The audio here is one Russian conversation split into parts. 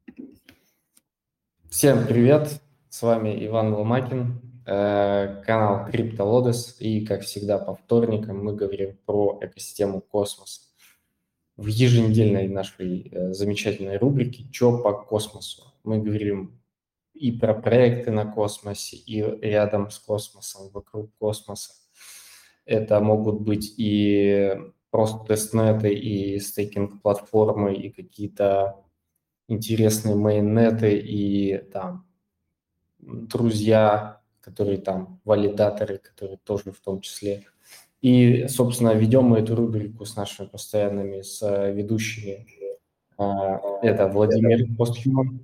Всем привет, с вами Иван Ломакин, канал CryptoLotus, и, как всегда, по вторникам мы говорим про экосистему космоса. В еженедельной нашей замечательной рубрике «Чё по космосу?» мы говорим и про проекты на космосе, и рядом с космосом, вокруг космоса. Это могут быть и просто тестнеты, и стейкинг-платформы, и какие-то интересные мейннеты, и там друзья, которые там, валидаторы, которые тоже в том числе. И, собственно, ведем мы эту рубрику с нашими постоянными ведущими. Это Владимир Постхюман.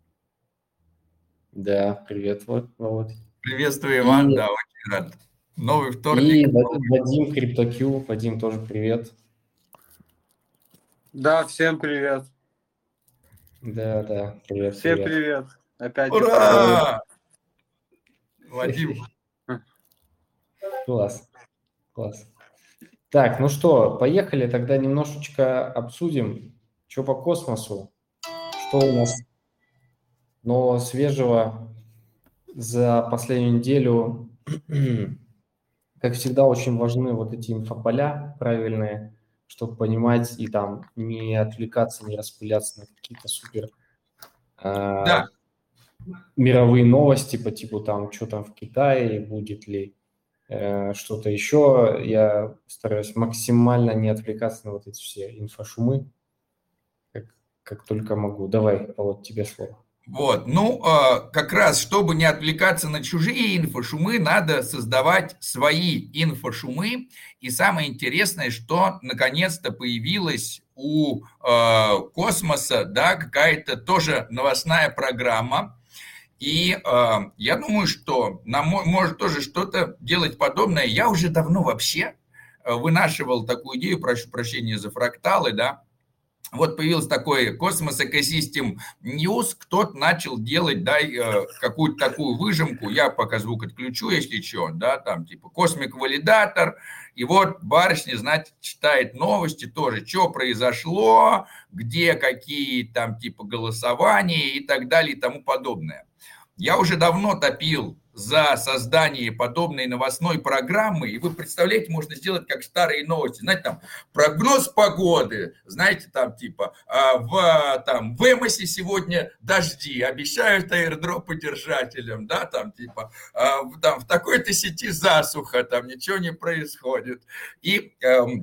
Да, привет, вот. Приветствую, Иван, И, да, очень рад. Новый и вторник. Вадим CryptoQ. Вадим, тоже привет. Да, всем привет. Да, привет, Всем привет. привет. Опять Ура! Вадим, Класс. Так, ну что, поехали тогда немножечко обсудим, что по космосу, что у нас нового, свежего за последнюю неделю. Как всегда, очень важны вот эти инфополя правильные, чтобы понимать и там не отвлекаться, не распыляться на какие-то супер да, мировые новости по типу там, что там в Китае, будет ли что-то еще. Я стараюсь максимально не отвлекаться на вот эти все инфошумы, как только могу. Давай, вот тебе слово. вот, ну, как раз, чтобы не отвлекаться на чужие инфошумы, надо создавать свои инфошумы. И самое интересное, что наконец-то появилась у космоса, да, какая-то тоже новостная программа. И я думаю, что нам может тоже что-то делать подобное. Я уже давно вообще вынашивал такую идею, прошу прощения за фракталы, да. Вот появился такой Cosmos Ecosystem News, кто-то начал делать, да, какую-то такую выжимку, я пока звук отключу, если что, да, там типа Космик Валидатор, и вот барышня, знаете, читает новости тоже, что произошло, где какие там типа голосования и так далее и тому подобное. Я уже давно топил за создание подобной новостной программы, и вы представляете, можно сделать как старые новости, знаете, там, прогноз погоды, знаете, там, типа, в Эмосе сегодня дожди, обещают аирдропы держателям, да, там, типа, там, в такой-то сети засуха, там, ничего не происходит. И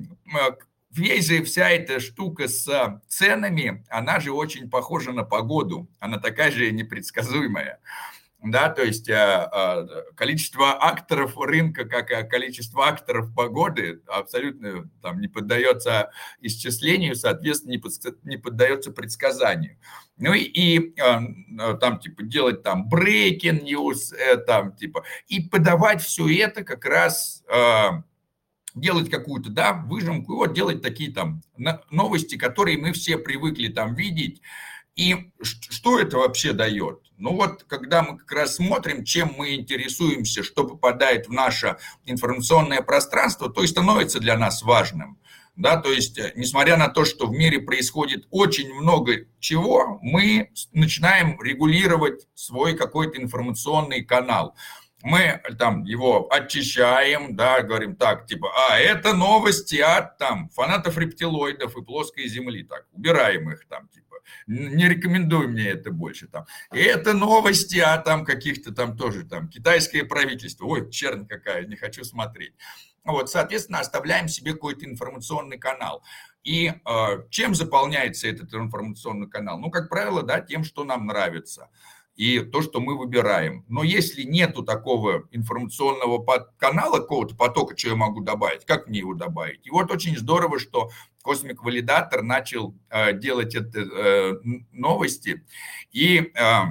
весь же вся эта штука с ценами, она же очень похожа на погоду, она такая же непредсказуемая. Да, то есть количество акторов рынка, как и количество акторов погоды, абсолютно там не поддается исчислению, соответственно, не поддается предсказанию. Ну и там типа делать там breaking news, там типа, и подавать все это как раз делать какую-то, да, выжимку, и вот делать такие там новости, которые мы все привыкли там видеть. И что это вообще дает? Ну вот, когда мы как раз смотрим, чем мы интересуемся, что попадает в наше информационное пространство, то и становится для нас важным. Да, то есть, несмотря на то, что в мире происходит очень много чего, мы начинаем регулировать свой какой-то информационный канал. Мы там его очищаем, да, говорим так, типа, это новости от там фанатов рептилоидов и плоской земли, так, убираем их там, типа, не рекомендуй мне это больше там. И это новости о там каких-то там тоже там китайское правительство, ой, чернь какая, не хочу смотреть. Вот, соответственно, оставляем себе какой-то информационный канал. И чем заполняется этот информационный канал? Ну, как правило, да, тем, что нам нравится и то, что мы выбираем. Но если нету такого информационного канала, какого-то потока, что я могу добавить, как мне его добавить? И вот очень здорово, что Cosmic Validator начал делать это новости. И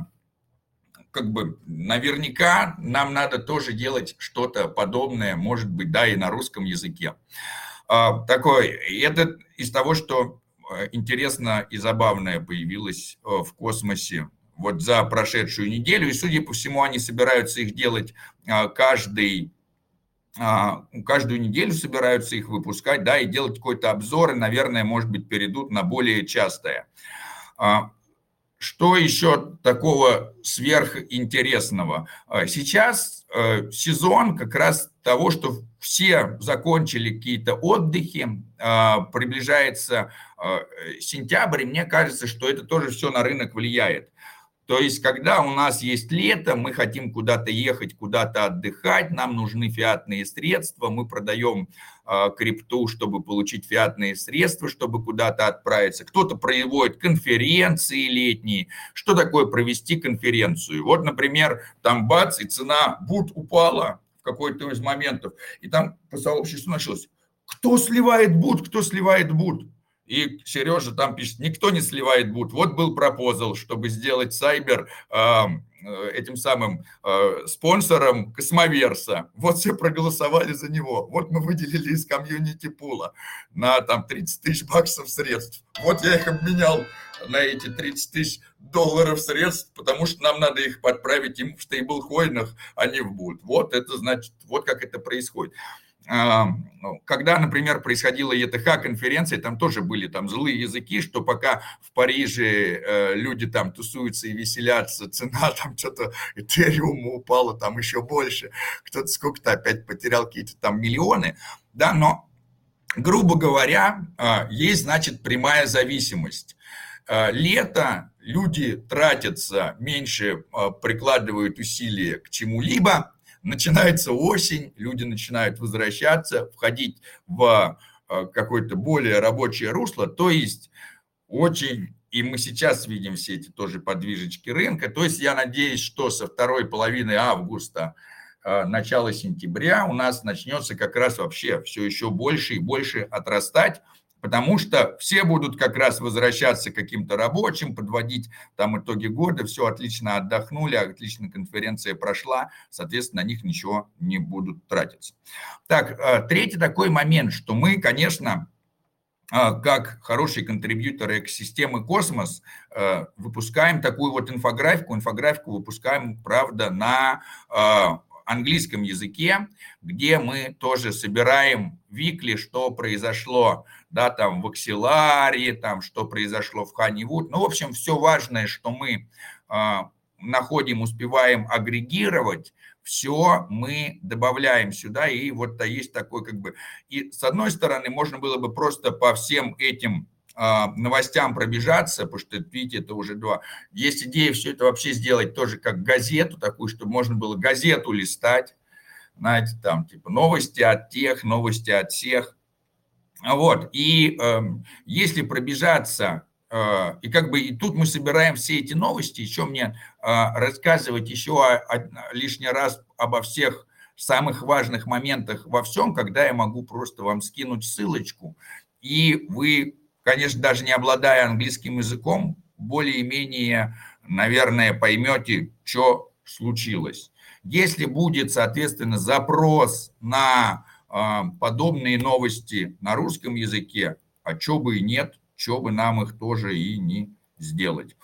как бы наверняка нам надо тоже делать что-то подобное, может быть, да, и на русском языке. Такое, это из того, что интересно и забавное появилось в космосе вот за прошедшую неделю, и, судя по всему, они собираются их делать каждую неделю собираются их выпускать, да, и делать какой-то обзор, и, наверное, может быть, перейдут на более частое. Что еще такого сверхинтересного? Сейчас сезон как раз того, что все закончили какие-то отдыхи, приближается сентябрь, и мне кажется, что это тоже все на рынок влияет. То есть, когда у нас есть лето, мы хотим куда-то ехать, куда-то отдыхать, нам нужны фиатные средства, мы продаем крипту, чтобы получить фиатные средства, чтобы куда-то отправиться. Кто-то проводит конференции летние. Что такое провести конференцию? Вот, например, там бац, и цена БУТ упала в какой-то из моментов, и там по сообществу началось: кто сливает БУТ, кто сливает БУТ? И Сережа там пишет: никто не сливает БУТ. Вот был пропозал, чтобы сделать Сайбер этим самым спонсором Космоверса. Вот все проголосовали за него. Вот мы выделили из комьюнити пула на там 30 тысяч баксов средств. Вот я их обменял на эти 30 тысяч долларов средств, потому что нам надо их подправить им в стейблкоинах, а не в БУТ. Вот это значит, вот как это происходит. Когда, например, происходила ЕТХ-конференция, там тоже были там злые языки, что пока в Париже люди там тусуются и веселятся, цена там что-то Этериума упала там еще больше, кто-то сколько-то опять потерял какие-то там миллионы, да, но, грубо говоря, есть, значит, прямая зависимость. Лето, люди тратятся меньше, прикладывают усилия к чему-либо. Начинается осень, люди начинают возвращаться, входить в какое-то более рабочее русло, то есть очень, и мы сейчас видим все эти тоже подвижечки рынка, то есть я надеюсь, что со второй половины августа, начала сентября у нас начнется как раз вообще все еще больше и больше отрастать, потому что все будут как раз возвращаться к каким-то рабочим, подводить там итоги года, все отлично отдохнули, отлично конференция прошла, соответственно, на них ничего не будут тратиться. Так, третий такой момент, что мы, конечно, как хорошие контрибьюторы экосистемы Космос, выпускаем такую вот инфографику. Инфографику выпускаем, правда, на английском языке, где мы тоже собираем викли, что произошло, да, там в Акселаре, там, что произошло в Honeywood. Ну, в общем, все важное, что мы находим, успеваем агрегировать, все мы добавляем сюда, и вот есть такой как бы... И с одной стороны, можно было бы просто по всем этим новостям пробежаться, потому что, видите, это уже два. Есть идея все это вообще сделать тоже как газету такую, чтобы можно было газету листать, знаете, там типа новости от тех, новости от всех. Вот, и если пробежаться, и как бы и тут мы собираем все эти новости, еще мне рассказывать еще лишний раз обо всех самых важных моментах во всем, когда я могу просто вам скинуть ссылочку, и вы, конечно, даже не обладая английским языком, более-менее, наверное, поймете, что случилось. Если будет, соответственно, запрос на подобные новости на русском языке, а что бы и нет, что бы нам их тоже и не сделать.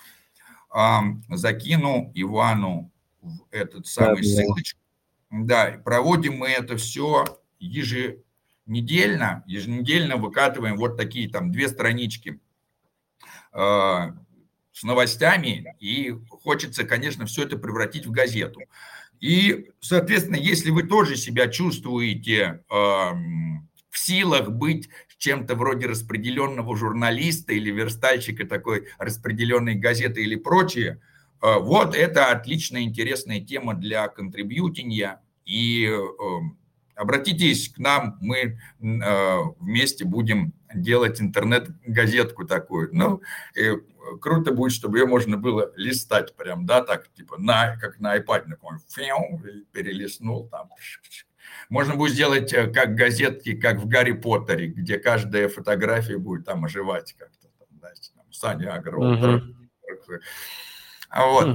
Закину Ивану в этот самый ссылочку. Да, проводим мы это все еженедельно выкатываем вот такие там 2 странички с новостями, и хочется, конечно, все это превратить в газету. И, соответственно, если вы тоже себя чувствуете в силах быть чем-то вроде распределенного журналиста или верстальщика такой распределенной газеты или прочее, вот это отличная, интересная тема для контрибьютинга. И обратитесь к нам, мы вместе будем делать интернет-газетку такую. Ну, круто будет, чтобы ее можно было листать прям, да, так, типа, как на iPad, перелистнул там. Можно будет сделать как газетки, как в Гарри Поттере, где каждая фотография будет там оживать как-то. Там, Саня Агро. Вот.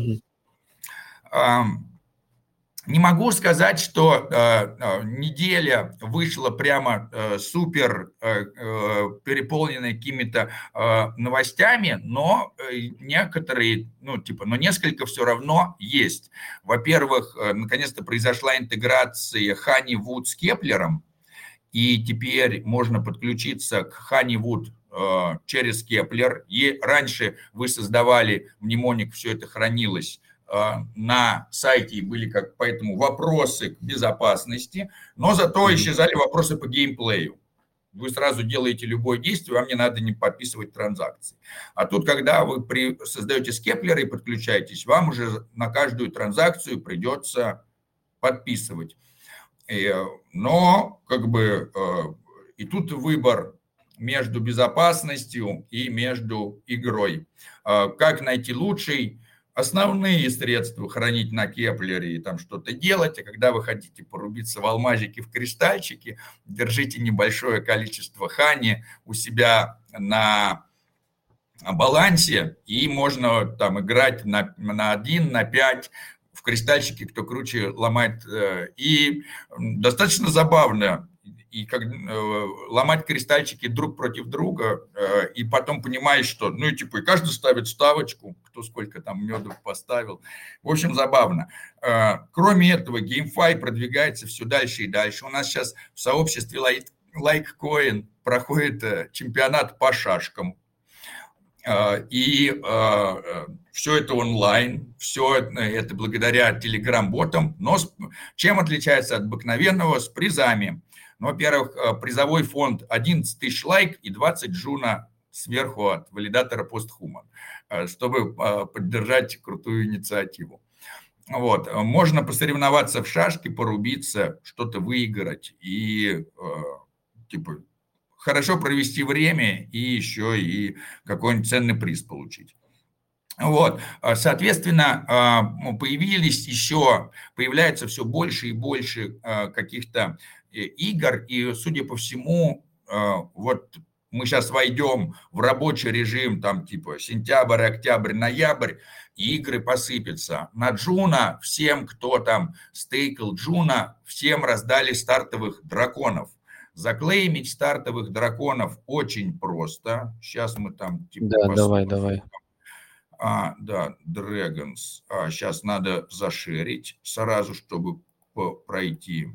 Не могу сказать, что неделя вышла прямо супер переполненная какими-то новостями, но некоторые, но несколько все равно есть. Во-первых, наконец-то произошла интеграция Honeywood с Кеплером, и теперь можно подключиться к Honeywood через Кеплер. И раньше вы создавали мнемоник, все это хранилось на сайте, и были поэтому вопросы к безопасности, но зато исчезали вопросы по геймплею. Вы сразу делаете любое действие, вам не надо не подписывать транзакции. А тут, когда вы создаете скеплер и подключаетесь, вам уже на каждую транзакцию придется подписывать. Но и тут выбор между безопасностью и между игрой. Как найти лучший? Основные средства хранить на Кеплере и там что-то делать, а когда вы хотите порубиться в алмазики, в кристальчики, держите небольшое количество хани у себя на балансе, и можно там играть на 1, на 5, в кристальчики, кто круче ломает. И достаточно забавно. И как ломать кристальчики друг против друга, и потом понимаешь, что, и каждый ставит ставочку, кто сколько там медов поставил. В общем, забавно. Кроме этого, GameFi продвигается все дальше и дальше. У нас сейчас в сообществе Litecoin проходит чемпионат по шашкам. И все это онлайн, все это благодаря телеграм-ботам. Но чем отличается от обыкновенного? С призами. Во-первых, призовой фонд 11 тысяч лайк и 20 джуна сверху от валидатора PostHuman, чтобы поддержать крутую инициативу. Вот. Можно посоревноваться в шашки, порубиться, что-то выиграть и хорошо провести время и еще и какой-нибудь ценный приз получить. Вот, соответственно, появляется все больше и больше каких-то игр, и, судя по всему, вот мы сейчас войдем в рабочий режим, там типа сентябрь, октябрь, ноябрь, и игры посыпятся. На Джуна всем, кто там стейкал Джуна, всем раздали стартовых драконов. Заклеймить стартовых драконов очень просто. Сейчас мы там типа... Да, давай. Да, Dragons. Сейчас надо зашерить сразу, чтобы пройти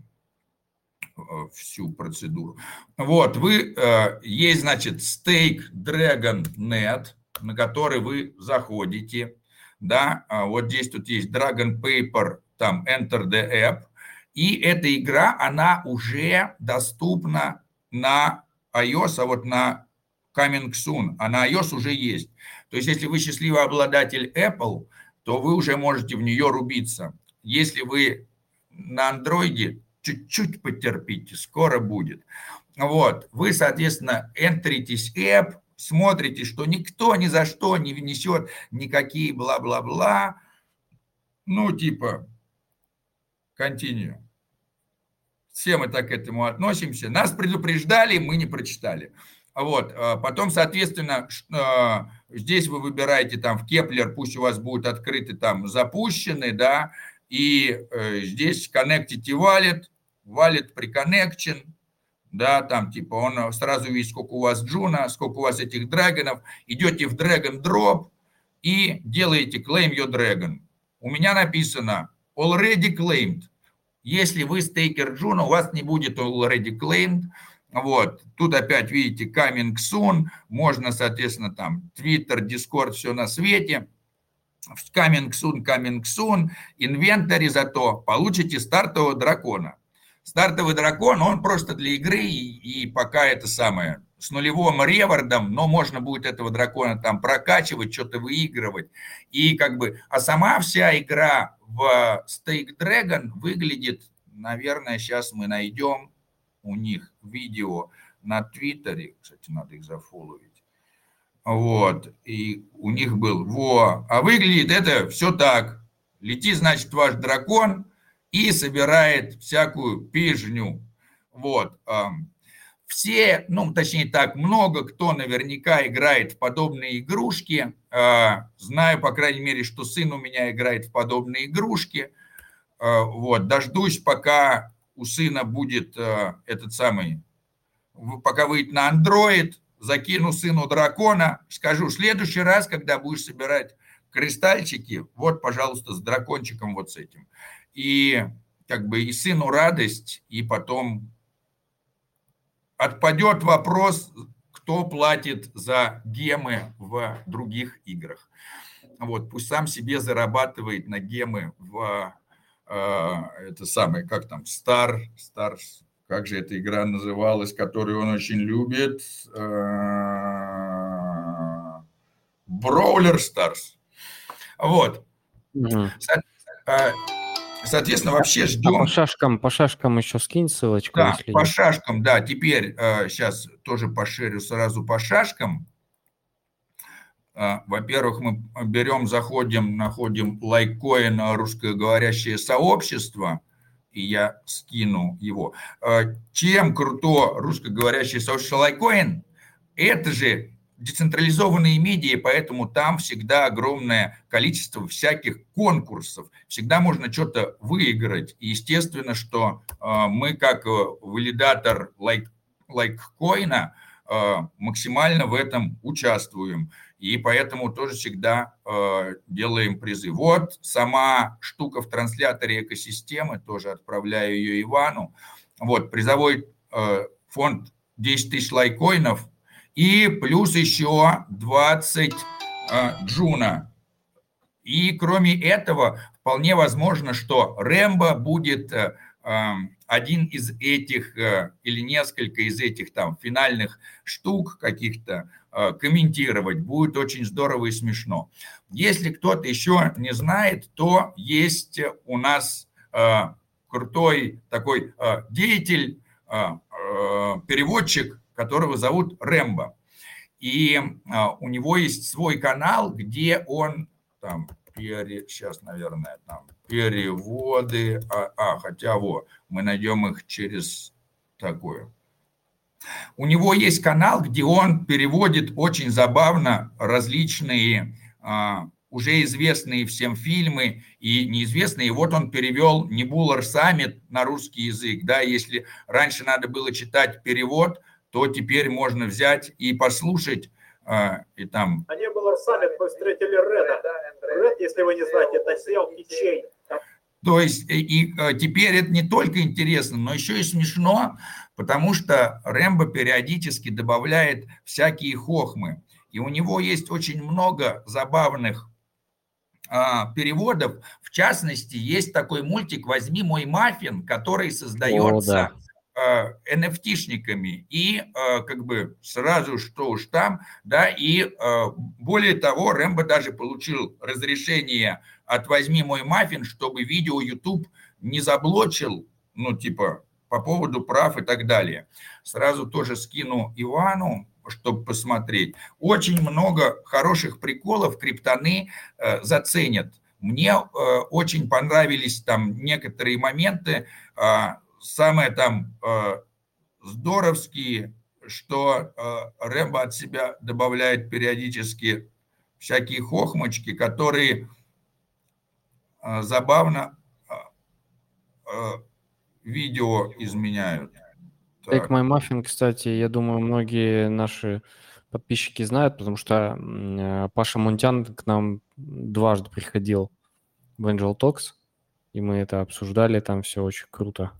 всю процедуру. Вот, есть, значит, Stake Dragon.net, на который вы заходите, да, вот здесь тут есть Dragon Paper, там Enter the App, и эта игра, она уже доступна на iOS, а вот на Coming Soon, а на iOS уже есть. То есть, если вы счастливый обладатель Apple, то вы уже можете в нее рубиться. Если вы на Android, чуть-чуть потерпите, скоро будет. Вот, вы, соответственно, энтритесь App, смотрите, что никто ни за что не внесет никакие бла-бла-бла, типа, continue. Все мы так к этому относимся. Нас предупреждали, мы не прочитали. Вот, потом, соответственно, здесь вы выбираете там в Кеплер, пусть у вас будут открыты там запущены, да, и здесь connected wallet pre-connection, да, там типа он сразу видит, сколько у вас джуна, сколько у вас этих драгонов, идете в drag and drop и делаете claim your dragon. У меня написано already claimed. Если вы стейкер джуна, у вас не будет already claimed. Вот, тут опять видите coming soon, можно, соответственно, там Twitter, Discord, все на свете. Coming soon, инвентарь, зато получите стартового дракона. Стартовый дракон, он просто для игры, и пока это самое, с нулевым ревордом, но можно будет этого дракона там прокачивать, что-то выигрывать. И а сама вся игра в Stake Dragon выглядит, наверное, сейчас мы найдем у них видео на Твиттере, кстати, надо их зафолловить. Вот, и у них был, а выглядит это все так. Летит, значит, ваш дракон и собирает всякую пижню. Вот, все, точнее так, много кто наверняка играет в подобные игрушки. Знаю, по крайней мере, что сын у меня играет в подобные игрушки. Вот, дождусь, пока у сына будет пока выйдет на Android, закину сыну дракона, скажу, в следующий раз, когда будешь собирать кристальчики, вот, пожалуйста, с дракончиком вот с этим. И и сыну радость, и потом отпадет вопрос, кто платит за гемы в других играх. Вот, пусть сам себе зарабатывает на гемы в это самое, как там, Stars, как же эта игра называлась, которую он очень любит, Brawler Stars. Вот. Соответственно, вообще ждем... По шашкам еще скинь ссылочку, Да, если по есть. шашкам, да, теперь сейчас тоже пошерю сразу по шашкам. Во-первых, мы заходим, находим Litecoin, русскоговорящее сообщество, и я скину его. Чем круто русскоговорящее сообщество Litecoin? Это же децентрализованные медиа, поэтому там всегда огромное количество всяких конкурсов. Всегда можно что-то выиграть. И естественно, что мы как валидатор Litecoin максимально в этом участвуем. И поэтому тоже всегда делаем призы. Вот сама штука в трансляторе экосистемы, тоже отправляю ее Ивану. Вот призовой фонд 10 тысяч лайкоинов и плюс еще 20 джуна. И кроме этого, вполне возможно, что Рэмбо будет один из этих или несколько из этих там финальных штук каких-то комментировать. Будет очень здорово и смешно. Если кто-то еще не знает, то есть у нас крутой такой деятель, переводчик, которого зовут Рэмбо. И у него есть свой канал, где он там сейчас, наверное, там переводы, хотя мы найдем их через такое. У него есть канал, где он переводит очень забавно различные уже известные всем фильмы и неизвестные. И вот он перевел Nebular Summit на русский язык. Да, если раньше надо было читать перевод, то теперь можно взять и послушать. И там... А Nebular Summit мы встретили Реда. Ред, если вы не знаете, это SEO Keychain. То есть и теперь это не только интересно, но еще и смешно, потому что Рэмбо периодически добавляет всякие хохмы. И у него есть очень много забавных переводов. В частности, есть такой мультик «Возьми мой маффин», который создается NFT-шниками. И как бы сразу что уж там, да, и более того, Рэмбо даже получил разрешение от «Возьми мой маффин», чтобы видео YouTube не заблочил, ну, типа, по поводу прав и так далее. Сразу тоже скину Ивану, чтобы посмотреть. Очень много хороших приколов криптоны заценят. Мне очень понравились там некоторые моменты. Самые там здоровские, что Рэмбо от себя добавляет периодически всякие хохмочки, которые забавно видео изменяют. Take My Muffin, кстати, я думаю, многие наши подписчики знают, потому что Паша Мунтян к нам дважды приходил в Angel Talks, и мы это обсуждали, там все очень круто.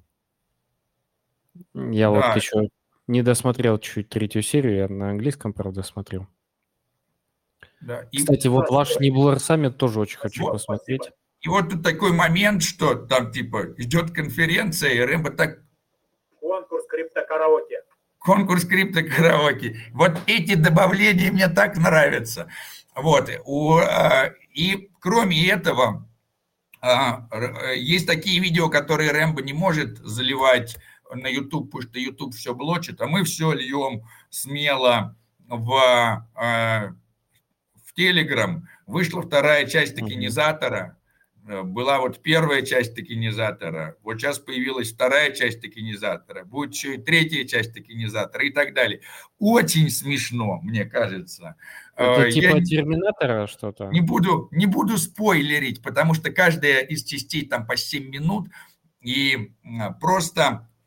Я вот еще не досмотрел чуть третью серию, я на английском, правда, смотрел. Да. Кстати, вот ваш Nebular Summit тоже очень хочу посмотреть. И вот тут такой момент, что там типа идет конференция, и Рэмбо так... Конкурс криптокараоке. Конкурс криптокараоке. Вот эти добавления мне так нравятся. Вот. И кроме этого, есть такие видео, которые Рэмбо не может заливать на YouTube, потому что YouTube все блочит, а мы все льем смело в Telegram. Вышла вторая часть токенизатора. Была вот первая часть токенизатора, вот сейчас появилась вторая часть токенизатора, будет еще и третья часть токенизатора и так далее. Очень смешно, мне кажется. Это типа Терминатора что-то? Не буду спойлерить, потому что каждая из частей там по 7 минут, и просто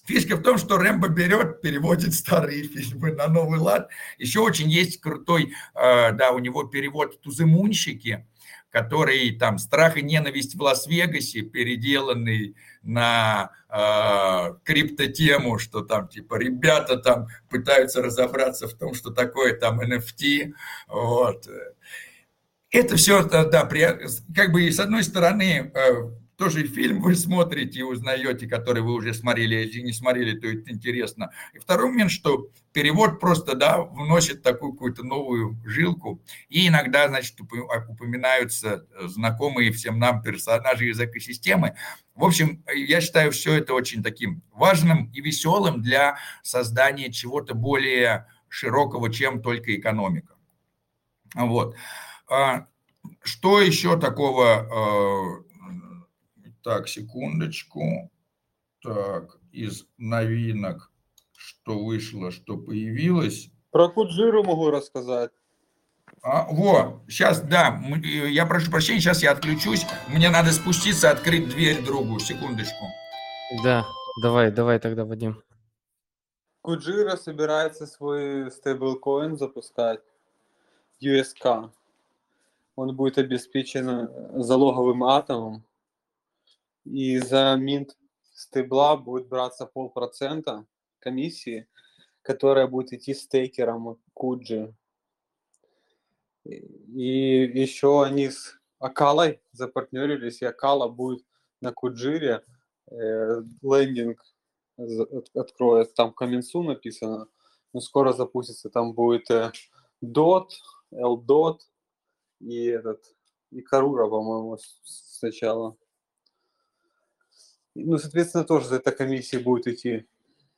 Фишка в том, что Рэмбо берет, переводит старые фильмы на новый лад. Еще очень есть крутой, да, у него перевод «Туземунщики», который там «Страх и ненависть в Лас-Вегасе», переделанный на криптотему, что там типа ребята там пытаются разобраться в том, что такое там NFT. Вот. Это все, да, как бы с одной стороны, тоже фильм вы смотрите и узнаете, который вы уже смотрели, если не смотрели, то это интересно. И второй момент, что перевод просто, да, вносит такую какую-то новую жилку, и иногда, значит, упоминаются знакомые всем нам персонажи из экосистемы. В общем, я считаю все это очень таким важным и веселым для создания чего-то более широкого, чем только экономика. Вот. Что еще такого? Так, секундочку. Так, из новинок, что вышло, что появилось. Про Куджиру могу рассказать. Сейчас, да, я прошу прощения, сейчас я отключусь. Мне надо спуститься, открыть дверь другу. Секундочку. Да, давай тогда, Вадим. Куджира собирается свой стейблкоин запускать, USK. Он будет обеспечен залоговым атомом. И за минт стейбла будет браться 0,5% комиссии, которая будет идти стейкерам Куджи. И еще они с Акалой запартнерились, и Акала будет на Куджире лендинг откроет, там Каминсу написано, но скоро запустится, там будет DOT, LDOT и Карура, по-моему, сначала. Ну, соответственно, тоже за это комиссия будет идти.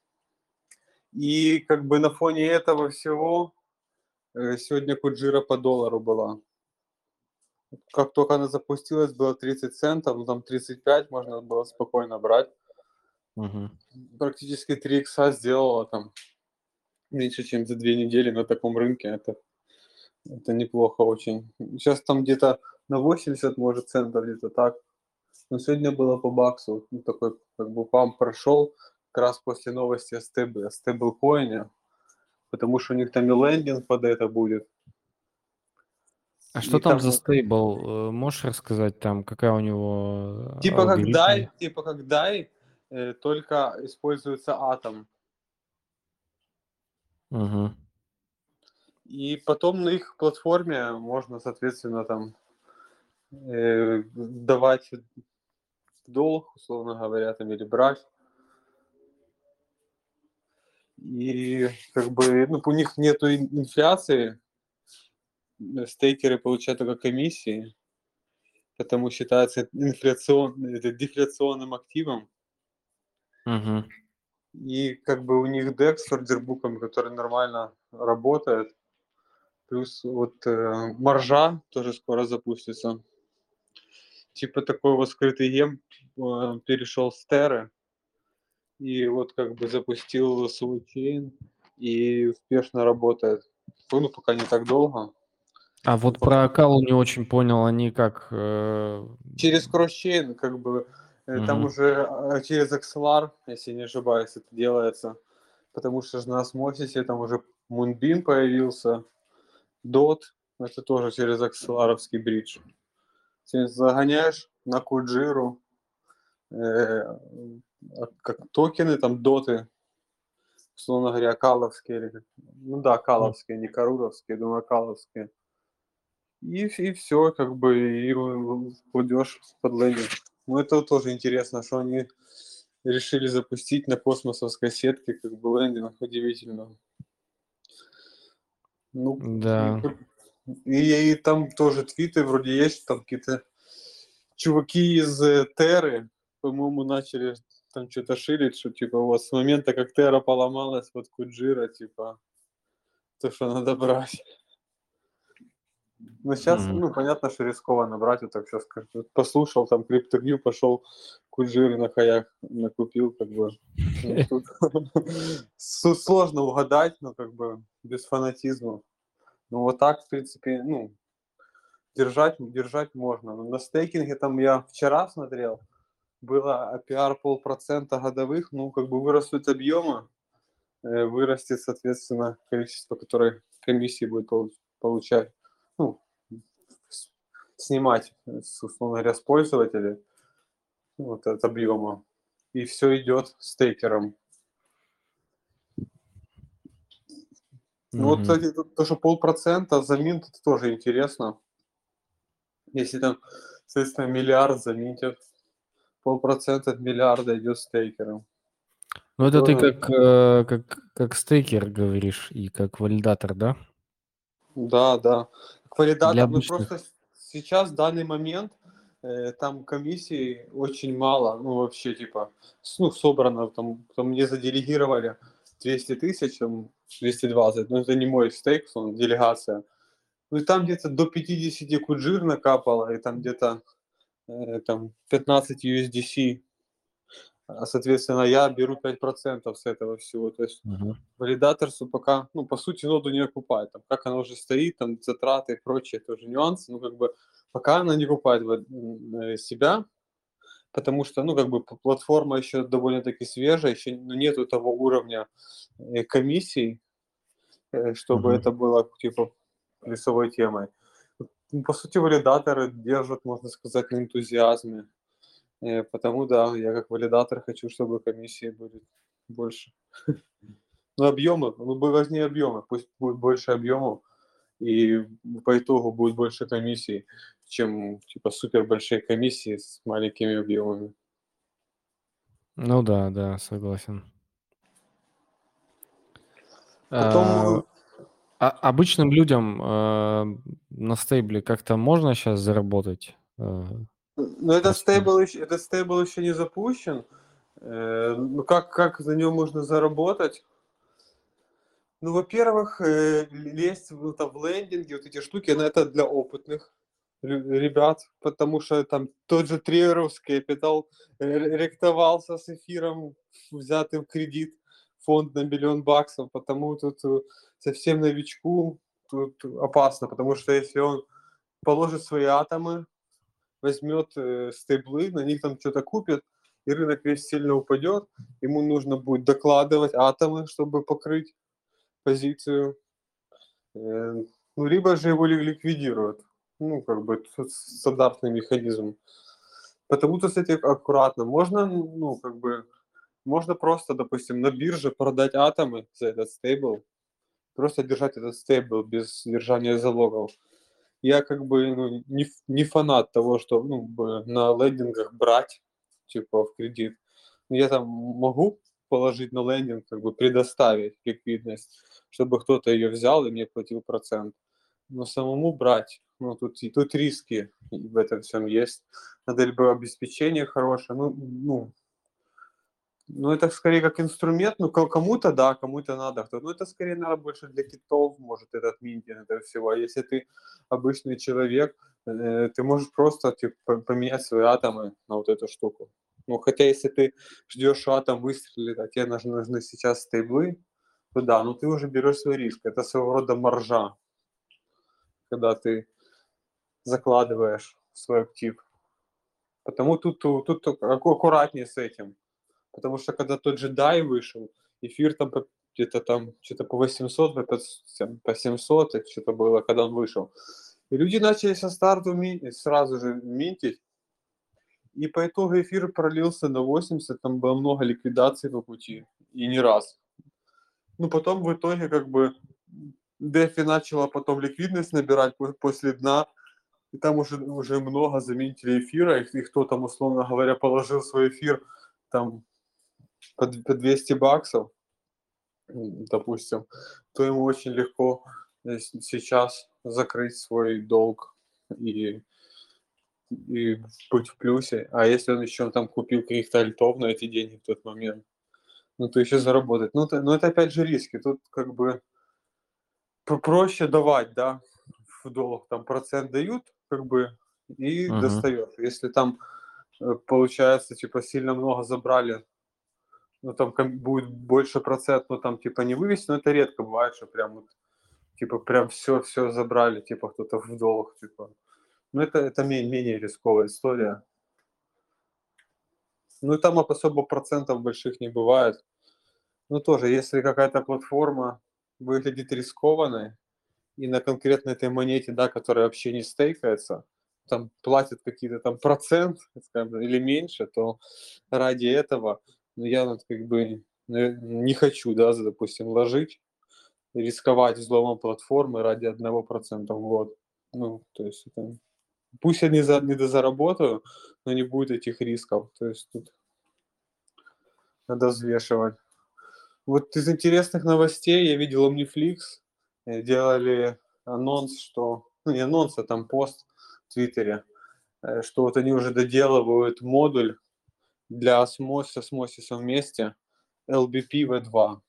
И как бы на фоне этого всего сегодня Куджира по $1 была. Как только она запустилась, было 30 центов, ну там 35 можно было спокойно брать. Угу. Практически 3 икса сделала там меньше, чем за 2 недели на таком рынке. Это неплохо очень. Сейчас там где-то на 80, может, центов, где-то так. Но сегодня было по баксу. Ну, такой как бы памп прошел как раз после новости о стейблкоине, потому что у них там и лендинг под это будет. А что И там за стейбл? Можешь рассказать там, какая у него типа алгоритм? как DAI, только используется атом. Угу. И потом на их платформе можно, соответственно, там давать долг, условно говоря, там, или брать. И как бы, ну, у них нету инфляции, стейкеры получают только комиссии, потому считается это дефляционным активом. Угу. И как бы у них DEX с ордербуком, который нормально работает, плюс вот маржа тоже скоро запустится. Типа такой вот скрытый гем перешел с Терры и вот как бы запустил свой чейн и успешно работает. Ну, пока не так долго. А вот про Акалу не очень понял, они как... Через кросс-чейн, как бы, там уже через XLR, если не ошибаюсь, это делается. Потому что же на осмосисе там уже Moonbeam появился, DOT, это тоже через XLR-овский бридж. Ты загоняешь на Куджиру, как токены, там доты, условно говоря, каловские, ну да, каловские, не каруровские, думаю, каловские. И все, как бы, и кладешь под лендинг. Ну, это тоже интересно, что они решили запустить на космосовской сетке, как бы, лендинг, удивительно. Ну, Да. и там тоже твиты вроде есть, там какие-то чуваки из Терры, по-моему, начали там что-то ширить, что типа вот с момента, как Терра поломалась, вот Куджира, типа, то, что надо брать. Но сейчас, ну, понятно, что рискованно брать, вот так сейчас послушал, там, CryptoView, пошел Куджиры на хаях накупил, как бы. Ну, тут сложно угадать, но как бы без фанатизма. Ну, вот так, в принципе, ну, держать можно. Но на стейкинге там я вчера смотрел, было APR 0,5% годовых, ну, как бы вырастут объемы, вырастет, соответственно, количество, которое комиссии будет получать, ну, снимать, условно говоря, с пользователей вот от объема. И все идет стейкером. Ну вот, кстати, то, что 0,5% за минт, это тоже интересно. Если там, соответственно, миллиард заминтят, 0,5% от миллиарда идет стейкером. Ну, это ты Тоже- как стейкер говоришь и как валидатор, да? Да, да. Как Для валидатор. Ну обычных. просто сейчас, в данный момент, там комиссий очень мало. Ну вообще, типа, ну, собрано, там мне заделегировали 200 тысяч, там 220. Но это не мой стейк, он делегация. Ну и там где-то до 50 куджир накапало, и там где-то там 15 USDC. А, соответственно, я беру 5% с этого всего. То есть Мгм. валидаторство пока, ну, по сути, ноду не окупает. Там, как она уже стоит, там, затраты и прочие тоже нюансы. Ну, как бы, пока она не окупает себя, потому что, ну, как бы, платформа еще довольно-таки свежая, еще ну, нету того уровня комиссий, чтобы Мгм. это было, типа, плюсовой темой. Ну, по сути, валидаторы держат, можно сказать, на энтузиазме. Потому, да, я как валидатор хочу, чтобы комиссии были больше. Ну, объемы, ну, важнее объемы, пусть будет больше объемов, и по итогу будет больше комиссий, чем типа супер большие комиссии с маленькими объемами. Ну да, да, согласен. Потом, Обычным людям на стейбле как-то можно сейчас заработать? ну, Просто. этот стейбл еще не запущен. Ну, как на нем можно заработать? Ну, во-первых, лезть в лендинги, вот эти штуки, но это для опытных ребят, потому что там тот же Тревор's Capital ректовался с эфиром, взятым в кредит, фонд на $1 миллион, потому тут совсем новичку тут опасно, потому что если он положит свои атомы, возьмет стейблы, на них там что-то купит, и рынок весь сильно упадет, ему нужно будет докладывать атомы, чтобы покрыть позицию, ну, либо же его ликвидируют. Ну, как бы тут стандартный механизм. Потому-то с этим аккуратно. Можно, ну, как бы, можно просто, допустим, на бирже продать атомы за этот стейбл, просто держать этот стейбл без держания залогов. Я как бы ну, не фанат того, что ну, на лендингах брать, типа, в кредит. Я там могу положить на лендинг, как бы предоставить ликвидность, чтобы кто-то ее взял и мне платил процент. Но самому брать, ну, тут риски в этом всем есть. Надо либо обеспечение хорошее, ну, это скорее как инструмент, ну, кому-то да, кому-то надо. Ну, это скорее, наверное, больше для китов, может, этот минтинг этого всего. А если ты обычный человек, ты можешь просто типа, поменять свои атомы на вот эту штуку. Ну, хотя если ты ждешь, что атом выстрелит, а тебе нужны сейчас стейблы, то да, ну ты уже берешь свой риск. Это своего рода маржа, когда ты закладываешь свой актив. Потому тут аккуратнее с этим. Потому что когда тот же DAI вышел, эфир там где-то там что-то по 800, по 700, это что-то было, когда он вышел. И люди начали со старту сразу же минтить. И по итогу эфир пролился на 80, там было много ликвидаций по пути. И не раз. Ну, потом в итоге как бы DeFi начала потом ликвидность набирать после дна. И там уже много заменителей эфира. И кто там, условно говоря, положил свой эфир там по 200 баксов, допустим, то ему очень легко сейчас закрыть свой долг и, и быть в плюсе. А если он еще там купил каких-то альтов на эти деньги в тот момент, ну, то еще заработать. Ну, это опять же риски. Тут как бы проще давать, да, в долг. Там процент дают, как бы, и Мгм. достает. Если там получается, типа, сильно много забрали, ну, там будет больше процент, но там, типа, не вывести, но это редко бывает, что прям вот, типа, прям все забрали, типа, кто-то в долг, типа. Ну, это менее рисковая история. Ну и там особо процентов больших не бывает. Ну тоже, если какая-то платформа выглядит рискованной, и на конкретно этой монете, да, которая вообще не стейкается, там платят какие-то там процент, скажем, или меньше, то ради этого, ну, я вот как бы не хочу, да, допустим, ложить, рисковать взломом платформы ради 1% в год. Ну, то есть это... Пусть я не дозаработаю, но не будет этих рисков. То есть тут надо взвешивать. Вот из интересных новостей я видел Omniflix, делали анонс, что... Ну, не анонс, а там пост в Твиттере, что вот они уже доделывают модуль для с осмосисом вместе LBP V2.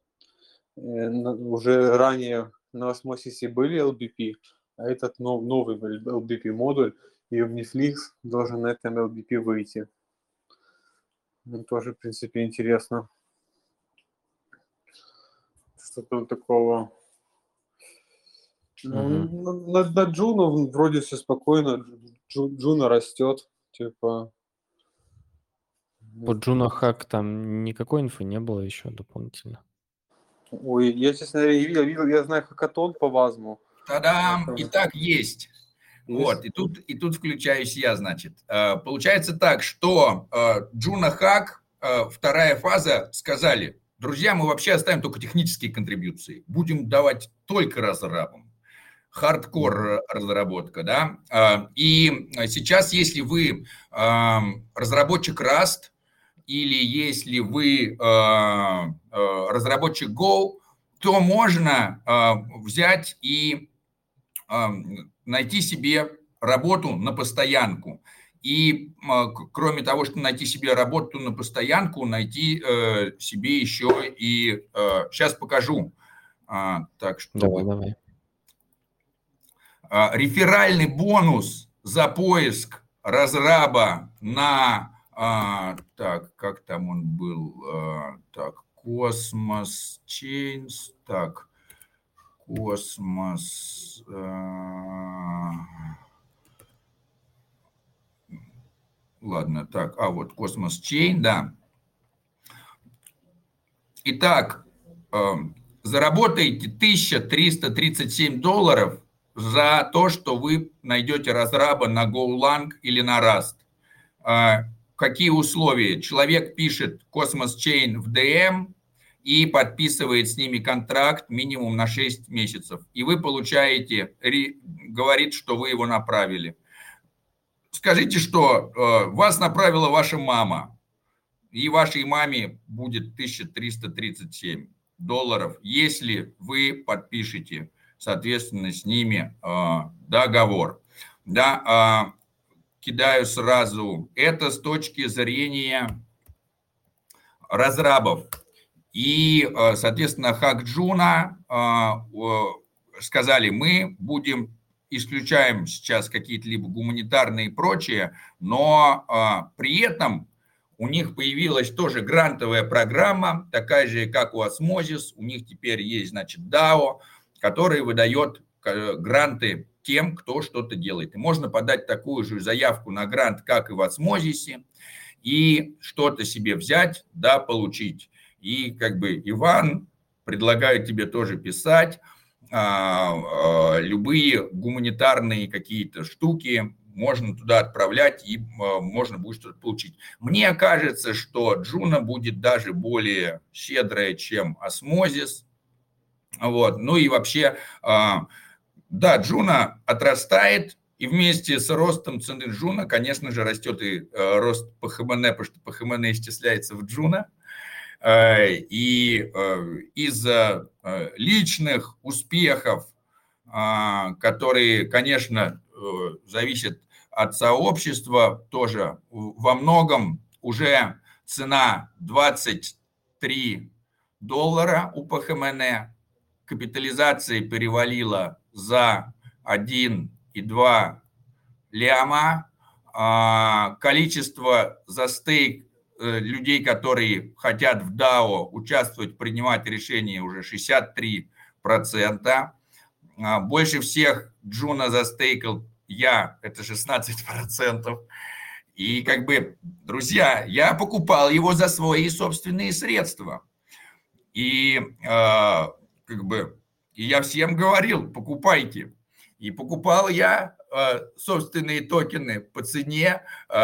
Уже ранее на осмосисе были LBP, а этот новый LBP модуль, и Omniflix должен на этом LBP выйти. Тоже, в принципе, интересно. Что-то такого. Ну, на Джуну вроде все спокойно. Джуна растет. Типа. По Juno Hack там никакой инфы не было еще дополнительно. Ой, я, честно говоря, не видел. Я знаю хакатон по Вазму. Та-дам! Итак, есть. Вот, и тут включаюсь я, значит. Получается так, что Juno Hack, вторая фаза, сказали, друзья, мы вообще оставим только технические контрибьюции, будем давать только разрабам. Хардкор разработка, да. И сейчас, если вы разработчик Rust или если вы разработчик Go, то можно взять и найти себе работу на постоянку. И кроме того, что найти себе работу на постоянку, найти себе еще и... сейчас покажу. Так, чтобы... Давай. Реферальный бонус за поиск разраба на... так, как там он был? Так, Cosmos Chains. Так, Космос. Ладно, так, вот Космос Chain, да. Итак, заработаете $1337 за то, что вы найдете разраба на GoLang или на Rust. Какие условия? Человек пишет Cosmos Chain в DM и подписывает с ними контракт минимум на 6 месяцев. И вы получаете, говорит, что вы его направили. Скажите, что вас направила ваша мама, и вашей маме будет $1337, если вы подпишете, соответственно, с ними договор. Да, кидаю сразу. Это с точки зрения разрабов. И, соответственно, Хакджуна сказали, мы исключаем сейчас какие-то либо гуманитарные и прочее, но при этом у них появилась тоже грантовая программа, такая же, как у Osmosis. У них теперь есть, значит, DAO, который выдает гранты тем, кто что-то делает. И можно подать такую же заявку на грант, как и в Osmosis, и что-то себе взять, да, получить. И как бы Иван предлагает тебе тоже писать любые гуманитарные какие-то штуки, можно туда отправлять, и можно будет что-то получить. Мне кажется, что Juno будет даже более щедрая, чем Osmosis. Вот. Ну и вообще, да, Juno отрастает, и вместе с ростом цены Juno, конечно же, растет и рост ПХМН, потому что ПХМН исчисляется в Juno. И из-за личных успехов, которые, конечно, зависят от сообщества, тоже во многом уже цена $23 у ПХМН, капитализация перевалила за 1,2 ляма, количество за стейк людей, которые хотят в DAO участвовать, принимать решения, уже 63%. Больше всех Juno застейкал я, это 16%. И как бы, друзья, я покупал его за свои собственные средства. И как бы и я всем говорил, покупайте. И покупал я собственные токены по цене